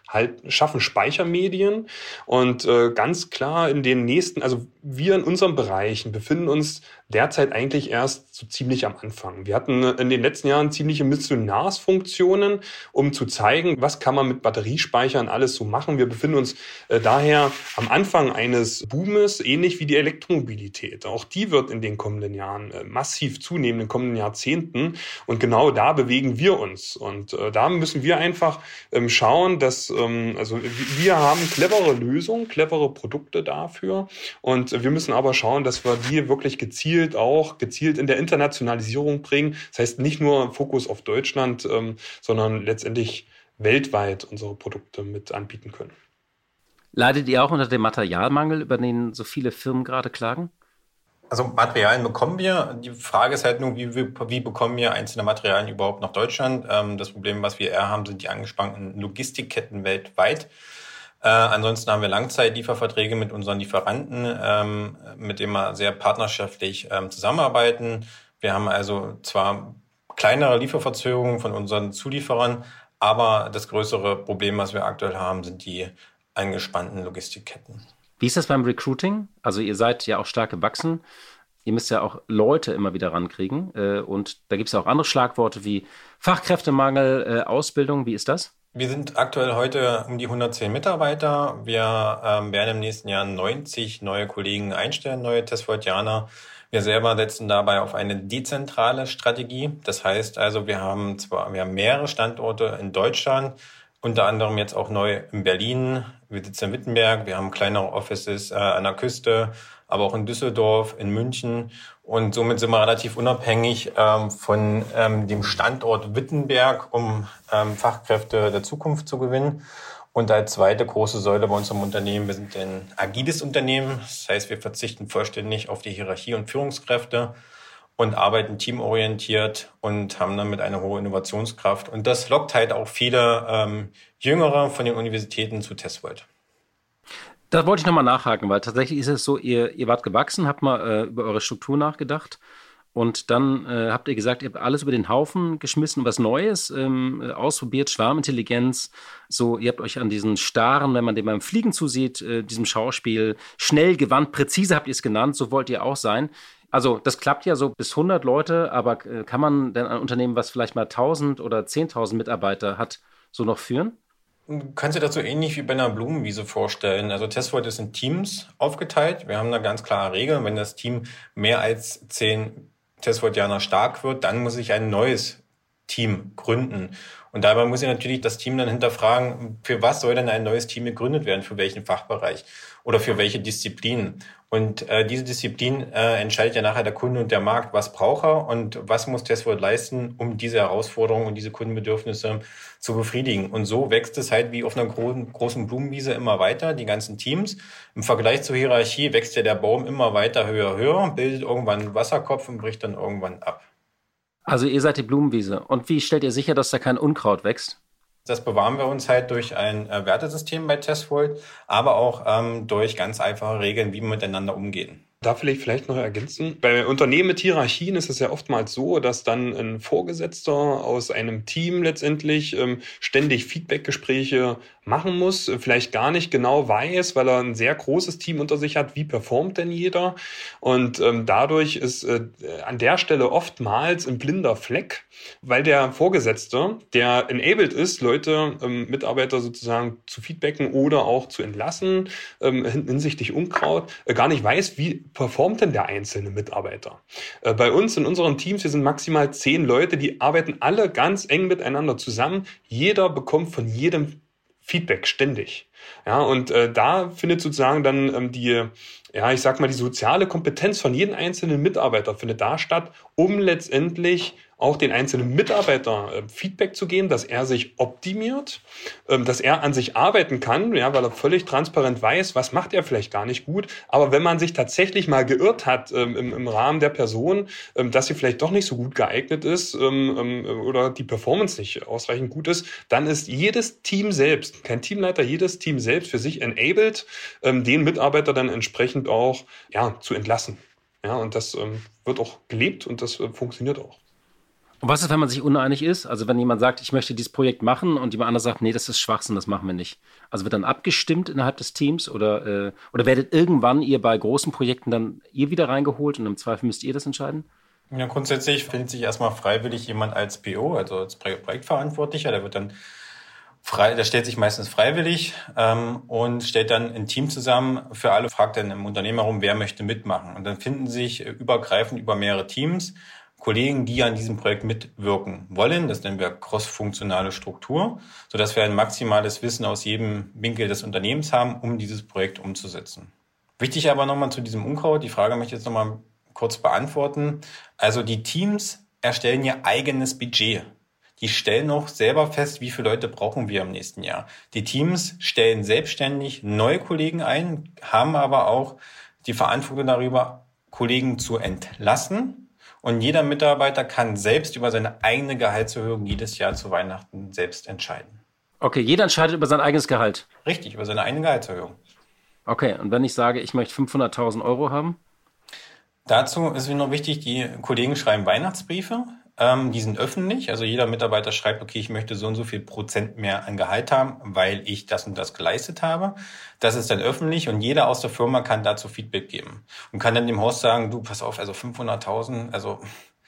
halt, schaffen Speichermedien und äh, ganz klar in den nächsten, also wir in unseren Bereichen befinden uns derzeit eigentlich erst so ziemlich am Anfang. Wir hatten in den letzten Jahren ziemliche Missionarsfunktionen, um zu zeigen, was kann man mit Batteriespeichern alles so machen. Wir befinden uns äh, daher am Anfang eines Boomes, ähnlich wie die Elektromobilität. Auch die wird in den kommenden Jahren äh, massiv zunehmen, in den kommenden Jahrzehnten. Und genau da bewegen wir uns. Und äh, da müssen wir einfach ähm, schauen, dass, ähm, also wir haben clevere Lösungen, clevere Produkte dafür. Und wir müssen aber schauen, dass wir die wirklich gezielt auch gezielt in der Internationalisierung bringen. Das heißt nicht nur Fokus auf Deutschland, ähm, sondern letztendlich weltweit unsere Produkte mit anbieten können. Leidet ihr auch unter dem Materialmangel, über den so viele Firmen gerade klagen? Also Materialien bekommen wir. Die Frage ist halt nur, wie, wie, wie bekommen wir einzelne Materialien überhaupt nach Deutschland? Ähm, das Problem, was wir eher haben, sind die angespannten Logistikketten weltweit. Äh, ansonsten haben wir Langzeitlieferverträge mit unseren Lieferanten, ähm, mit denen wir sehr partnerschaftlich ähm, zusammenarbeiten. Wir haben also zwar kleinere Lieferverzögerungen von unseren Zulieferern, aber das größere Problem, was wir aktuell haben, sind die angespannten Logistikketten. Wie ist das beim Recruiting? Also ihr seid ja auch stark gewachsen. Ihr müsst ja auch Leute immer wieder rankriegen. Äh, und da gibt es ja auch andere Schlagworte wie Fachkräftemangel, äh, Ausbildung. Wie ist das? Wir sind aktuell heute um die hundertzehn Mitarbeiter. Wir ähm, werden im nächsten Jahr neunzig neue Kollegen einstellen, neue Testvoltianer. Wir selber setzen dabei auf eine dezentrale Strategie. Das heißt also, wir haben zwar wir haben mehrere Standorte in Deutschland, unter anderem jetzt auch neu in Berlin. Wir sitzen in Wittenberg. Wir haben kleinere Offices äh, an der Küste, aber auch in Düsseldorf, in München. Und somit sind wir relativ unabhängig ähm, von ähm, dem Standort Wittenberg, um ähm, Fachkräfte der Zukunft zu gewinnen. Und als zweite große Säule bei unserem Unternehmen, wir sind ein agiles Unternehmen. Das heißt, wir verzichten vollständig auf die Hierarchie und Führungskräfte und arbeiten teamorientiert und haben damit eine hohe Innovationskraft. Und das lockt halt auch viele ähm, Jüngere von den Universitäten zu Testvolt. Da wollte ich nochmal nachhaken, weil tatsächlich ist es so, ihr, ihr wart gewachsen, habt mal äh, über eure Struktur nachgedacht und dann äh, habt ihr gesagt, ihr habt alles über den Haufen geschmissen, was Neues ähm, ausprobiert, Schwarmintelligenz, so, ihr habt euch an diesen starren, wenn man dem beim Fliegen zusieht, äh, diesem Schauspiel, schnell, gewandt, präzise habt ihr es genannt, so wollt ihr auch sein. Also das klappt ja so bis hundert Leute, aber äh, kann man denn ein Unternehmen, was vielleicht mal tausend oder zehntausend Mitarbeiter hat, so noch führen? Du kannst dir das so ähnlich wie bei einer Blumenwiese vorstellen. Also Testvolt ist in Teams aufgeteilt. Wir haben da ganz klare Regeln. Wenn das Team mehr als zehn Testvoltianer stark wird, dann muss ich ein neues Team gründen. Und dabei muss ich natürlich das Team dann hinterfragen, für was soll denn ein neues Team gegründet werden, für welchen Fachbereich oder für welche Disziplin. Und äh, diese Disziplin äh, entscheidet ja nachher der Kunde und der Markt, was braucht er und was muss Testvolt leisten, um diese Herausforderungen und diese Kundenbedürfnisse zu befriedigen. Und so wächst es halt wie auf einer großen, großen Blumenwiese immer weiter, die ganzen Teams. Im Vergleich zur Hierarchie wächst ja der Baum immer weiter höher, höher, bildet irgendwann einen Wasserkopf und bricht dann irgendwann ab. Also ihr seid die Blumenwiese. Und wie stellt ihr sicher, dass da kein Unkraut wächst? Das bewahren wir uns halt durch ein äh, Wertesystem bei Testvolt, aber auch ähm, durch ganz einfache Regeln, wie wir miteinander umgehen. Darf ich vielleicht noch ergänzen? Bei Unternehmen mit Hierarchien ist es ja oftmals so, dass dann ein Vorgesetzter aus einem Team letztendlich ähm, ständig Feedbackgespräche machen muss, vielleicht gar nicht genau weiß, weil er ein sehr großes Team unter sich hat, wie performt denn jeder? Und ähm, dadurch ist äh, an der Stelle oftmals ein blinder Fleck, weil der Vorgesetzte, der enabled ist, Leute, ähm, Mitarbeiter sozusagen zu feedbacken oder auch zu entlassen, ähm, hinsichtlich Unkraut, äh, gar nicht weiß, wie performt denn der einzelne Mitarbeiter. Äh, bei uns in unseren Teams, wir sind maximal zehn Leute, die arbeiten alle ganz eng miteinander zusammen. Jeder bekommt von jedem Feedback ständig. Ja, und äh, da findet sozusagen dann ähm, die, ja, ich sag mal, die soziale Kompetenz von jedem einzelnen Mitarbeiter findet da statt, um letztendlich auch den einzelnen Mitarbeiter äh, Feedback zu geben, dass er sich optimiert, ähm, dass er an sich arbeiten kann, ja, weil er völlig transparent weiß, was macht er vielleicht gar nicht gut. Aber wenn man sich tatsächlich mal geirrt hat ähm, im, im Rahmen der Person, ähm, dass sie vielleicht doch nicht so gut geeignet ist ähm, ähm, oder die Performance nicht ausreichend gut ist, dann ist jedes Team selbst, kein Teamleiter, jedes Team selbst für sich enabled, ähm, den Mitarbeiter dann entsprechend auch ja, zu entlassen. Ja, und das ähm, wird auch gelebt und das äh, funktioniert auch. Und was ist, wenn man sich uneinig ist? Also wenn jemand sagt, ich möchte dieses Projekt machen und jemand anderes sagt, nee, das ist Schwachsinn, das machen wir nicht. Also wird dann abgestimmt innerhalb des Teams oder, äh, oder werdet irgendwann ihr bei großen Projekten dann ihr wieder reingeholt und im Zweifel müsst ihr das entscheiden? Ja, grundsätzlich findet sich erstmal freiwillig jemand als P O, also als Projektverantwortlicher. Der wird dann frei, der stellt sich meistens freiwillig ähm, und stellt dann ein Team zusammen für alle, fragt dann im Unternehmen herum, wer möchte mitmachen. Und dann finden sich äh, übergreifend über mehrere Teams Kollegen, die an diesem Projekt mitwirken wollen. Das nennen wir cross-funktionale Struktur, sodass wir ein maximales Wissen aus jedem Winkel des Unternehmens haben, um dieses Projekt umzusetzen. Wichtig aber nochmal zu diesem Unkraut, die Frage möchte ich jetzt nochmal kurz beantworten. Also die Teams erstellen ihr eigenes Budget. Die stellen auch selber fest, wie viele Leute brauchen wir im nächsten Jahr. Die Teams stellen selbstständig neue Kollegen ein, haben aber auch die Verantwortung darüber, Kollegen zu entlassen. Und jeder Mitarbeiter kann selbst über seine eigene Gehaltserhöhung jedes Jahr zu Weihnachten selbst entscheiden. Okay, jeder entscheidet über sein eigenes Gehalt? Richtig, über seine eigene Gehaltserhöhung. Okay, und wenn ich sage, ich möchte fünfhunderttausend Euro haben? Dazu ist mir noch wichtig, die Kollegen schreiben Weihnachtsbriefe. Ähm, die sind öffentlich. Also jeder Mitarbeiter schreibt, okay, ich möchte so und so viel Prozent mehr an Gehalt haben, weil ich das und das geleistet habe. Das ist dann öffentlich und jeder aus der Firma kann dazu Feedback geben und kann dann dem Host sagen, du, pass auf, also fünfhunderttausend, also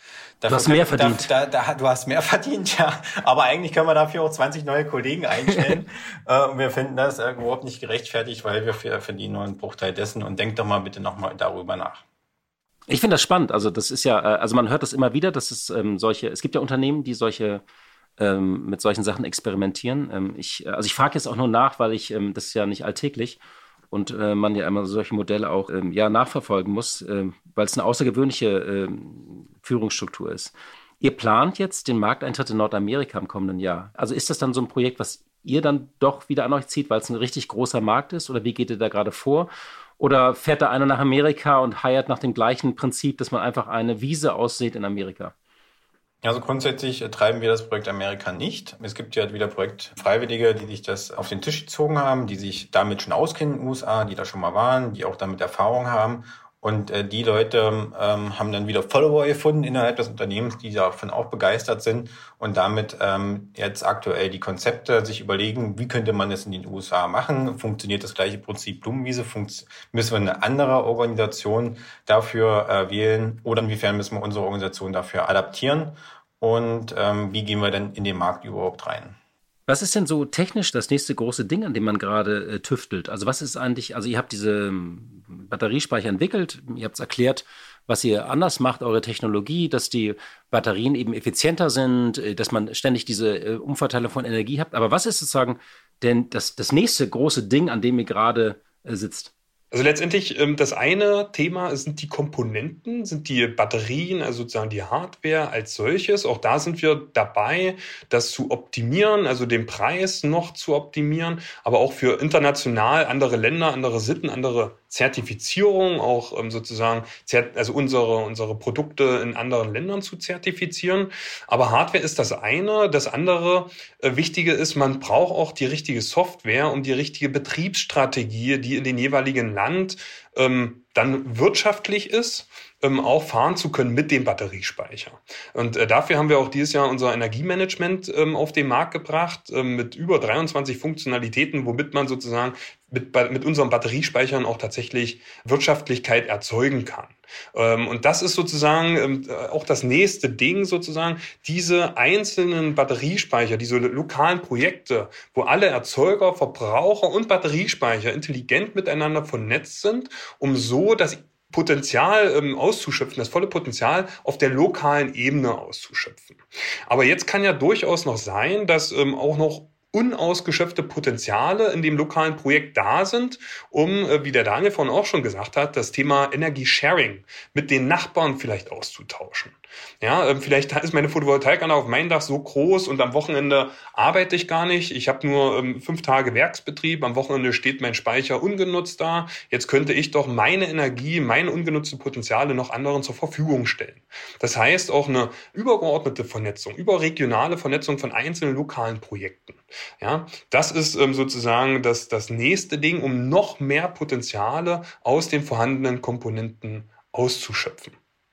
du hast mehr verdient. Da, da, da, du hast mehr verdient, ja. Aber eigentlich können wir dafür auch zwanzig neue Kollegen einstellen. äh, und wir finden das äh, überhaupt nicht gerechtfertigt, weil wir verdienen nur einen Bruchteil dessen. Und denkt doch mal bitte nochmal darüber nach. Ich finde das spannend. Also das ist ja, also man hört das immer wieder, dass es ähm, solche, es gibt ja Unternehmen, die solche ähm, mit solchen Sachen experimentieren. Ähm, ich, also ich frage jetzt auch nur nach, weil ich, ähm, das ist ja nicht alltäglich und äh, man ja immer solche Modelle auch ähm, ja nachverfolgen muss, äh, weil es eine außergewöhnliche äh, Führungsstruktur ist. Ihr plant jetzt den Markteintritt in Nordamerika im kommenden Jahr. Also ist das dann so ein Projekt, was ihr dann doch wieder an euch zieht, weil es ein richtig großer Markt ist? Oder wie geht ihr da gerade vor? Oder fährt da einer nach Amerika und heiert nach dem gleichen Prinzip, dass man einfach eine Wiese aussät in Amerika? Also grundsätzlich treiben wir das Projekt Amerika nicht. Es gibt ja wieder Projektfreiwillige, die sich das auf den Tisch gezogen haben, die sich damit schon auskennen in den U S A, die da schon mal waren, die auch damit Erfahrung haben. Und äh, die Leute ähm, haben dann wieder Follower gefunden innerhalb des Unternehmens, die davon auch begeistert sind und damit ähm, jetzt aktuell die Konzepte sich überlegen, wie könnte man das in den U S A machen? Funktioniert das gleiche Prinzip Blumenwiese? Funkt- müssen wir eine andere Organisation dafür äh, wählen? Oder inwiefern müssen wir unsere Organisation dafür adaptieren? Und ähm, wie gehen wir denn in den Markt überhaupt rein? Was ist denn so technisch das nächste große Ding, an dem man gerade äh, tüftelt? Also was ist eigentlich, also ihr habt diese ähm, Batteriespeicher entwickelt, ihr habt es erklärt, was ihr anders macht, eure Technologie, dass die Batterien eben effizienter sind, äh, dass man ständig diese äh, Umverteilung von Energie habt. Aber was ist sozusagen denn das, das nächste große Ding, an dem ihr gerade äh, sitzt? Also letztendlich ähm, das eine Thema sind die Komponenten, sind die Batterien, also sozusagen die Hardware als solches. Auch da sind wir dabei, das zu optimieren, also den Preis noch zu optimieren, aber auch für international andere Länder, andere Sitten, andere Zertifizierung, auch ähm, sozusagen zert- also unsere unsere Produkte in anderen Ländern zu zertifizieren. Aber Hardware ist das eine. Das andere äh, Wichtige ist, man braucht auch die richtige Software und die richtige Betriebsstrategie, die in den jeweiligen Land ähm, dann wirtschaftlich ist, ähm, auch fahren zu können mit dem Batteriespeicher. Und äh, dafür haben wir auch dieses Jahr unser Energiemanagement ähm, auf den Markt gebracht, ähm, mit über dreiundzwanzig Funktionalitäten, womit man sozusagen mit, mit unseren Batteriespeichern auch tatsächlich Wirtschaftlichkeit erzeugen kann. Ähm, und das ist sozusagen ähm, auch das nächste Ding sozusagen, diese einzelnen Batteriespeicher, diese lokalen Projekte, wo alle Erzeuger, Verbraucher und Batteriespeicher intelligent miteinander vernetzt sind, um so das Potenzial ähm, auszuschöpfen, das volle Potenzial auf der lokalen Ebene auszuschöpfen. Aber jetzt kann ja durchaus noch sein, dass ähm, auch noch unausgeschöpfte Potenziale in dem lokalen Projekt da sind, um, äh, wie der Daniel vorhin auch schon gesagt hat, das Thema Energie-Sharing mit den Nachbarn vielleicht auszutauschen. Ja, äh, vielleicht ist meine Photovoltaikanlage auf meinem Dach so groß und am Wochenende arbeite ich gar nicht. Ich habe nur ähm, fünf Tage Werksbetrieb. Am Wochenende steht mein Speicher ungenutzt da. Jetzt könnte ich doch meine Energie, meine ungenutzten Potenziale noch anderen zur Verfügung stellen. Das heißt auch eine übergeordnete Vernetzung, überregionale Vernetzung von einzelnen lokalen Projekten. Ja, das ist ähm, sozusagen das, das nächste Ding, um noch mehr Potenziale aus den vorhandenen Komponenten auszuschöpfen.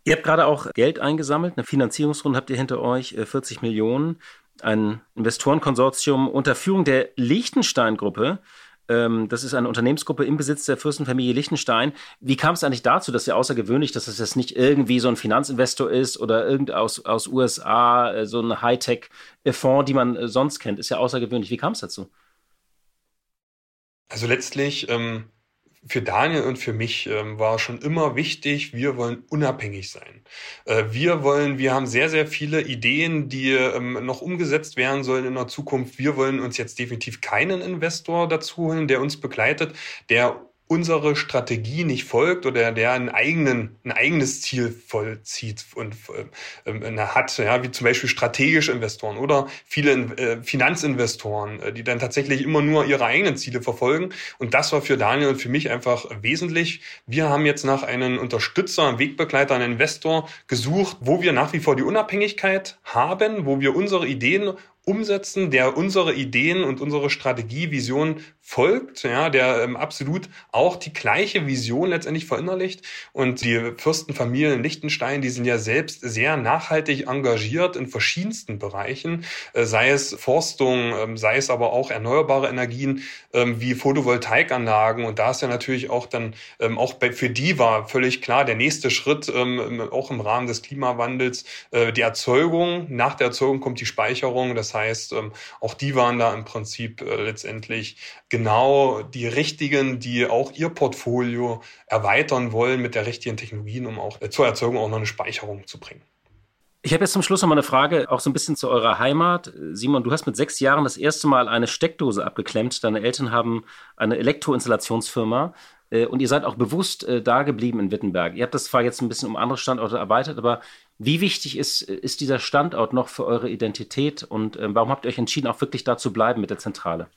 Ihr habt gerade auch Geld eingesammelt, eine Finanzierungsrunde habt ihr hinter euch, vierzig Millionen, ein Investorenkonsortium unter Führung der Liechtenstein-Gruppe. Das ist eine Unternehmensgruppe im Besitz der Fürstenfamilie Liechtenstein. Wie kam es eigentlich dazu, dass ja außergewöhnlich, dass es jetzt nicht irgendwie so ein Finanzinvestor ist oder irgend aus, aus U S A, so ein Hightech-Fonds, die man sonst kennt, ist ja außergewöhnlich. Wie kam es dazu? Also letztlich ähm für Daniel und für mich ähm, war schon immer wichtig, wir wollen unabhängig sein. Äh, wir wollen, wir haben sehr, sehr viele Ideen, die ähm, noch umgesetzt werden sollen in der Zukunft. Wir wollen uns jetzt definitiv keinen Investor dazu holen, der uns begleitet, der unsere Strategie nicht folgt oder der einen eigenen, ein eigenes Ziel vollzieht und äh, hat, ja, wie zum Beispiel strategische Investoren oder viele äh, Finanzinvestoren, äh, die dann tatsächlich immer nur ihre eigenen Ziele verfolgen. Und das war für Daniel und für mich einfach wesentlich. Wir haben jetzt nach einem Unterstützer, einem Wegbegleiter, einem Investor gesucht, wo wir nach wie vor die Unabhängigkeit haben, wo wir unsere Ideen umsetzen, der unsere Ideen und unsere Strategie, Vision folgt, ja, der ähm, absolut auch die gleiche Vision letztendlich verinnerlicht. Und die Fürstenfamilien in Liechtenstein, die sind ja selbst sehr nachhaltig engagiert in verschiedensten Bereichen, äh, sei es Forstung, ähm, sei es aber auch erneuerbare Energien ähm, wie Photovoltaikanlagen. Und da ist ja natürlich auch dann, ähm, auch bei, für die war völlig klar, der nächste Schritt, ähm, auch im Rahmen des Klimawandels, äh, die Erzeugung. Nach der Erzeugung kommt die Speicherung. Das heißt, ähm, auch die waren da im Prinzip äh, letztendlich genau die richtigen, die auch ihr Portfolio erweitern wollen mit der richtigen Technologien, um auch äh, zur Erzeugung auch noch eine Speicherung zu bringen. Ich habe jetzt zum Schluss noch mal eine Frage, auch so ein bisschen zu eurer Heimat. Simon, du hast mit sechs Jahren das erste Mal eine Steckdose abgeklemmt. Deine Eltern haben eine Elektroinstallationsfirma. Und ihr seid auch bewusst äh, da geblieben in Wittenberg. Ihr habt das zwar jetzt ein bisschen um andere Standorte erweitert, aber wie wichtig ist, ist dieser Standort noch für eure Identität und äh, warum habt ihr euch entschieden, auch wirklich da zu bleiben mit der Zentrale?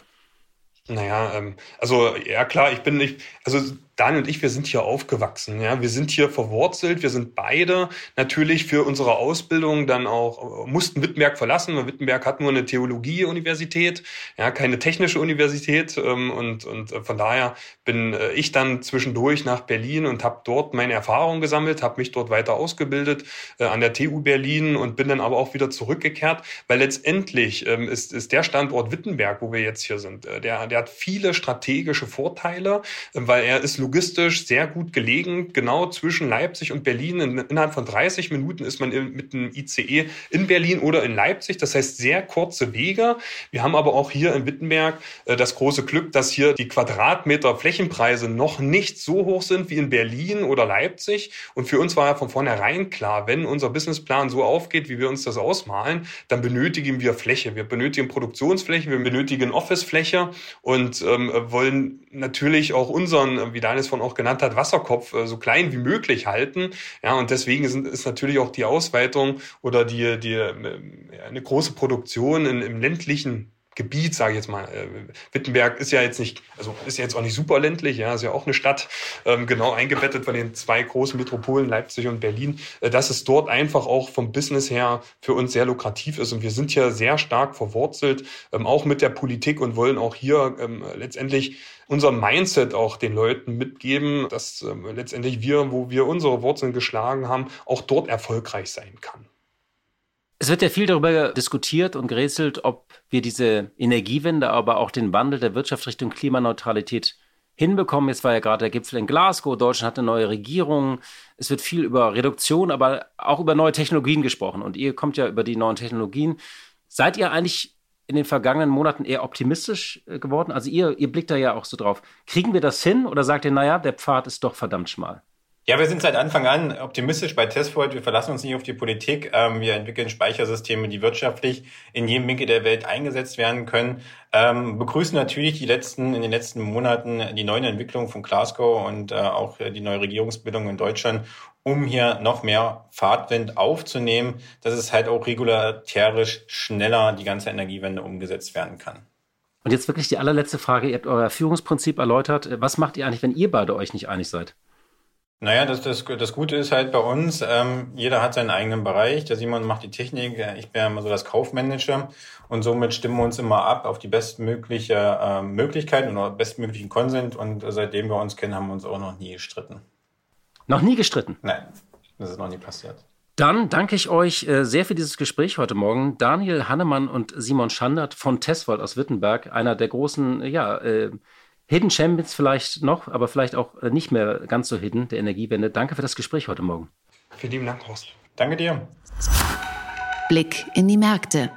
Naja, ähm, also ja klar, ich bin nicht, also Daniel und ich, wir sind hier aufgewachsen, ja, wir sind hier verwurzelt, wir sind beide natürlich für unsere Ausbildung dann auch, mussten Wittenberg verlassen, weil Wittenberg hat nur eine Theologie-Universität, ja, keine technische Universität ähm, und, und von daher bin ich dann zwischendurch nach Berlin und habe dort meine Erfahrungen gesammelt, habe mich dort weiter ausgebildet äh, an der T U Berlin und bin dann aber auch wieder zurückgekehrt, weil letztendlich ähm, ist, ist der Standort Wittenberg, wo wir jetzt hier sind, äh, der, der hat viele strategische Vorteile, äh, weil er ist logistisch sehr gut gelegen, genau zwischen Leipzig und Berlin. In, innerhalb von dreißig Minuten ist man in, mit einem I C E in Berlin oder in Leipzig. Das heißt, sehr kurze Wege. Wir haben aber auch hier in Wittenberg äh, das große Glück, dass hier die Quadratmeter Flächenpreise noch nicht so hoch sind wie in Berlin oder Leipzig. Und für uns war ja von vornherein klar, wenn unser Businessplan so aufgeht, wie wir uns das ausmalen, dann benötigen wir Fläche. Wir benötigen Produktionsfläche, wir benötigen Officefläche und ähm, wollen natürlich auch unseren, wie Daniel es von auch genannt hat, Wasserkopf äh, so klein wie möglich halten. Ja, und deswegen sind, ist natürlich auch die Ausweitung oder die, die äh, eine große Produktion in, im ländlichen Gebiet, sage ich jetzt mal. Äh, Wittenberg ist ja jetzt nicht, also ist ja jetzt auch nicht super ländlich, ja, ist ja auch eine Stadt, ähm, genau eingebettet von den zwei großen Metropolen, Leipzig und Berlin, äh, dass es dort einfach auch vom Business her für uns sehr lukrativ ist. Und wir sind hier sehr stark verwurzelt, ähm, auch mit der Politik und wollen auch hier ähm, letztendlich unser Mindset auch den Leuten mitgeben, dass ähm, letztendlich wir, wo wir unsere Wurzeln geschlagen haben, auch dort erfolgreich sein kann. Es wird ja viel darüber diskutiert und gerätselt, ob wir diese Energiewende, aber auch den Wandel der Wirtschaft Richtung Klimaneutralität hinbekommen. Jetzt war ja gerade der Gipfel in Glasgow, Deutschland hat eine neue Regierung. Es wird viel über Reduktion, aber auch über neue Technologien gesprochen. Und ihr kommt ja über die neuen Technologien. Seid ihr eigentlich in den vergangenen Monaten eher optimistisch geworden? Also ihr, ihr blickt da ja auch so drauf. Kriegen wir das hin oder sagt ihr, naja, der Pfad ist doch verdammt schmal? Ja, wir sind seit Anfang an optimistisch bei Testvolt. Wir verlassen uns nicht auf die Politik. Wir entwickeln Speichersysteme, die wirtschaftlich in jedem Winkel der Welt eingesetzt werden können. Ähm, begrüßen natürlich die letzten, in den letzten Monaten die neuen Entwicklungen von Glasgow und äh, auch die neue Regierungsbildung in Deutschland, um hier noch mehr Fahrtwind aufzunehmen, dass es halt auch regulatorisch schneller die ganze Energiewende umgesetzt werden kann. Und jetzt wirklich die allerletzte Frage. Ihr habt euer Führungsprinzip erläutert. Was macht ihr eigentlich, wenn ihr beide euch nicht einig seid? Naja, das, das, das Gute ist halt bei uns, ähm, jeder hat seinen eigenen Bereich. Der Simon macht die Technik, ich bin ja immer so das Kaufmännische und somit stimmen wir uns immer ab auf die bestmögliche äh, Möglichkeit oder bestmöglichen Konsens und seitdem wir uns kennen, haben wir uns auch noch nie gestritten. Noch nie gestritten? Nein. Das ist noch nie passiert. Dann danke ich euch äh, sehr für dieses Gespräch heute Morgen. Daniel Hannemann und Simon Schandert von Tesvold aus Wittenberg, einer der großen, ja, äh, Hidden Champions vielleicht noch, aber vielleicht auch äh, nicht mehr ganz so hidden der Energiewende. Danke für das Gespräch heute Morgen. Vielen lieben Dank, Horst. Danke dir. Blick in die Märkte.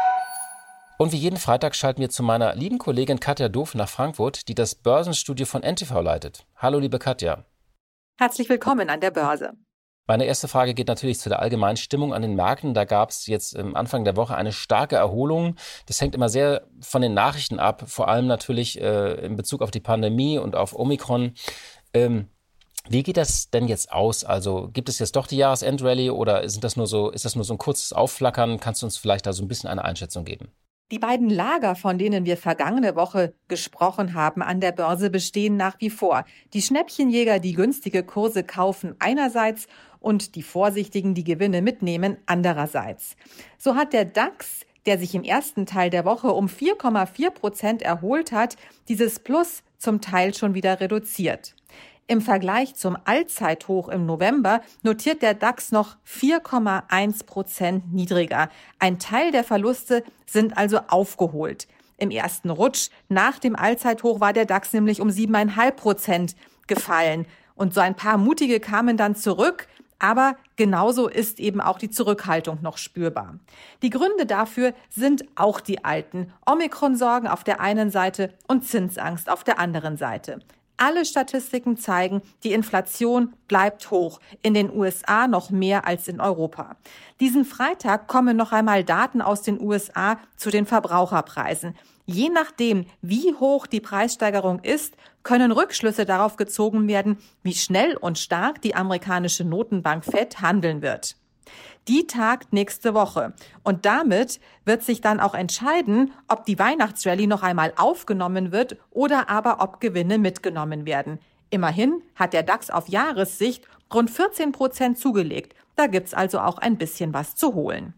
Und wie jeden Freitag schalten wir zu meiner lieben Kollegin Katja Doof nach Frankfurt, die das Börsenstudio von N T V leitet. Hallo, liebe Katja. Herzlich willkommen an der Börse. Meine erste Frage geht natürlich zu der allgemeinen Stimmung an den Märkten. Da gab es jetzt am Anfang der Woche eine starke Erholung. Das hängt immer sehr von den Nachrichten ab, vor allem natürlich äh, in Bezug auf die Pandemie und auf Omikron. Ähm, wie geht das denn jetzt aus? Also gibt es jetzt doch die Jahresendrallye oder sind das nur so, ist das nur so ein kurzes Aufflackern? Kannst du uns vielleicht da so ein bisschen eine Einschätzung geben? Die beiden Lager, von denen wir vergangene Woche gesprochen haben, an der Börse bestehen nach wie vor. Die Schnäppchenjäger, die günstige Kurse kaufen einerseits und die Vorsichtigen, die Gewinne mitnehmen andererseits. So hat der DAX, der sich im ersten Teil der Woche um vier Komma vier Prozent erholt hat, dieses Plus zum Teil schon wieder reduziert. Im Vergleich zum Allzeithoch im November notiert der DAX noch vier Komma eins Prozent niedriger. Ein Teil der Verluste sind also aufgeholt. Im ersten Rutsch nach dem Allzeithoch war der DAX nämlich um sieben Komma fünf Prozent gefallen. Und so ein paar Mutige kamen dann zurück. Aber genauso ist eben auch die Zurückhaltung noch spürbar. Die Gründe dafür sind auch die alten. Omikron-Sorgen auf der einen Seite und Zinsangst auf der anderen Seite. Alle Statistiken zeigen, die Inflation bleibt hoch, in den U S A noch mehr als in Europa. Diesen Freitag kommen noch einmal Daten aus den U S A zu den Verbraucherpreisen. Je nachdem, wie hoch die Preissteigerung ist, können Rückschlüsse darauf gezogen werden, wie schnell und stark die amerikanische Notenbank Fed handeln wird. Die tagt nächste Woche. Und damit wird sich dann auch entscheiden, ob die Weihnachtsrallye noch einmal aufgenommen wird oder aber ob Gewinne mitgenommen werden. Immerhin hat der DAX auf Jahressicht rund vierzehn Prozent zugelegt. Da gibt's also auch ein bisschen was zu holen.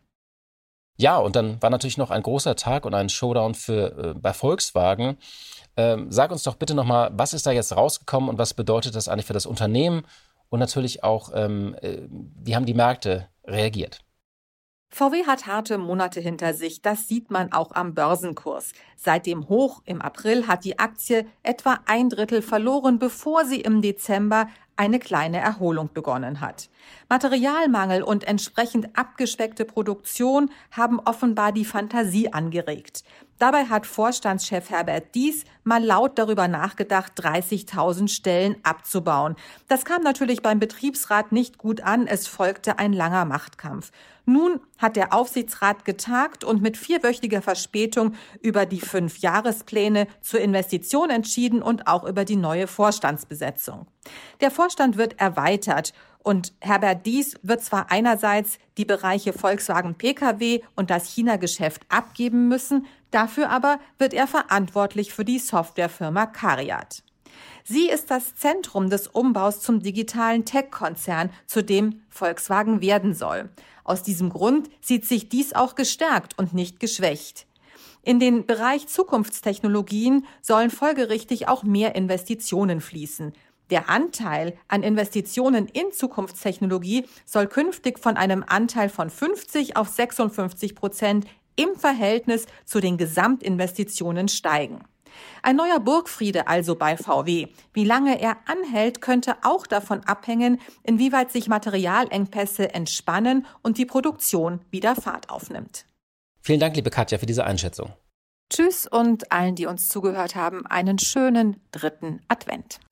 Ja, und dann war natürlich noch ein großer Tag und ein Showdown für äh, bei Volkswagen. Ähm, sag uns doch bitte nochmal, was ist da jetzt rausgekommen und was bedeutet das eigentlich für das Unternehmen? Und natürlich auch, ähm, wie haben die Märkte reagiert? V W hat harte Monate hinter sich, das sieht man auch am Börsenkurs. Seit dem Hoch im April hat die Aktie etwa ein Drittel verloren, bevor sie im Dezember eine kleine Erholung begonnen hat. Materialmangel und entsprechend abgespeckte Produktion haben offenbar die Fantasie angeregt. Dabei hat Vorstandschef Herbert Diess mal laut darüber nachgedacht, dreißigtausend Stellen abzubauen. Das kam natürlich beim Betriebsrat nicht gut an, es folgte ein langer Machtkampf. Nun hat der Aufsichtsrat getagt und mit vierwöchiger Verspätung über die Fünfjahrespläne zur Investition entschieden und auch über die neue Vorstandsbesetzung. Der Vorstand wird erweitert und Herbert Diess wird zwar einerseits die Bereiche Volkswagen P K W und das China-Geschäft abgeben müssen, dafür aber wird er verantwortlich für die Softwarefirma CARIAD. Sie ist das Zentrum des Umbaus zum digitalen Tech-Konzern, zu dem Volkswagen werden soll. Aus diesem Grund sieht sich dies auch gestärkt und nicht geschwächt. In den Bereich Zukunftstechnologien sollen folgerichtig auch mehr Investitionen fließen. Der Anteil an Investitionen in Zukunftstechnologie soll künftig von einem Anteil von fünfzig auf sechsundfünfzig Prozent im Verhältnis zu den Gesamtinvestitionen steigen. Ein neuer Burgfriede also bei V W. Wie lange er anhält, könnte auch davon abhängen, inwieweit sich Materialengpässe entspannen und die Produktion wieder Fahrt aufnimmt. Vielen Dank, liebe Katja, für diese Einschätzung. Tschüss und allen, die uns zugehört haben, einen schönen dritten Advent.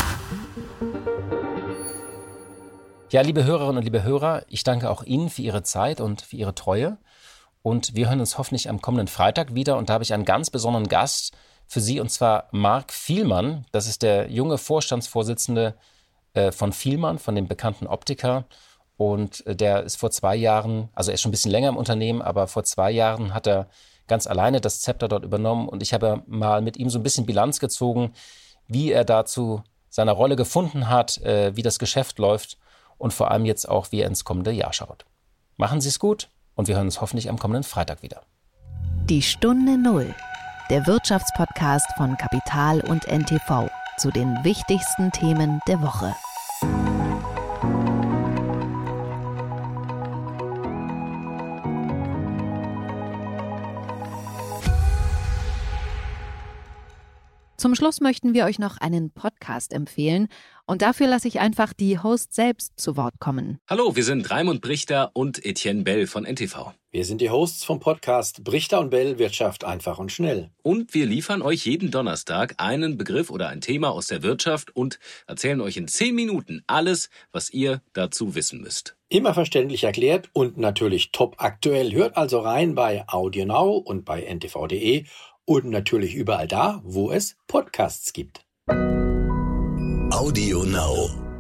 Ja, liebe Hörerinnen und liebe Hörer, ich danke auch Ihnen für Ihre Zeit und für Ihre Treue. Und wir hören uns hoffentlich am kommenden Freitag wieder. Und da habe ich einen ganz besonderen Gast für Sie, und zwar Marc Vielmann. Das ist der junge Vorstandsvorsitzende äh, von Vielmann, von dem bekannten Optiker. Und äh, der ist vor zwei Jahren, also er ist schon ein bisschen länger im Unternehmen, aber vor zwei Jahren hat er ganz alleine das Zepter dort übernommen. Und ich habe mal mit ihm so ein bisschen Bilanz gezogen, wie er dazu seiner Rolle gefunden hat, äh, wie das Geschäft läuft und vor allem jetzt auch, wie er ins kommende Jahr schaut. Machen Sie es gut und wir hören uns hoffentlich am kommenden Freitag wieder. Die Stunde Null, der Wirtschaftspodcast von Kapital und N T V zu den wichtigsten Themen der Woche. Zum Schluss möchten wir euch noch einen Podcast empfehlen und dafür lasse ich einfach die Hosts selbst zu Wort kommen. Hallo, wir sind Raimund Brichter und Etienne Bell von N T V. Wir sind die Hosts vom Podcast Brichter und Bell Wirtschaft einfach und schnell. Und wir liefern euch jeden Donnerstag einen Begriff oder ein Thema aus der Wirtschaft und erzählen euch in zehn Minuten alles, was ihr dazu wissen müsst. Immer verständlich erklärt und natürlich top aktuell. Hört also rein bei AudioNow und bei N T V punkt de und natürlich überall da, wo es Podcasts gibt. AudioNow.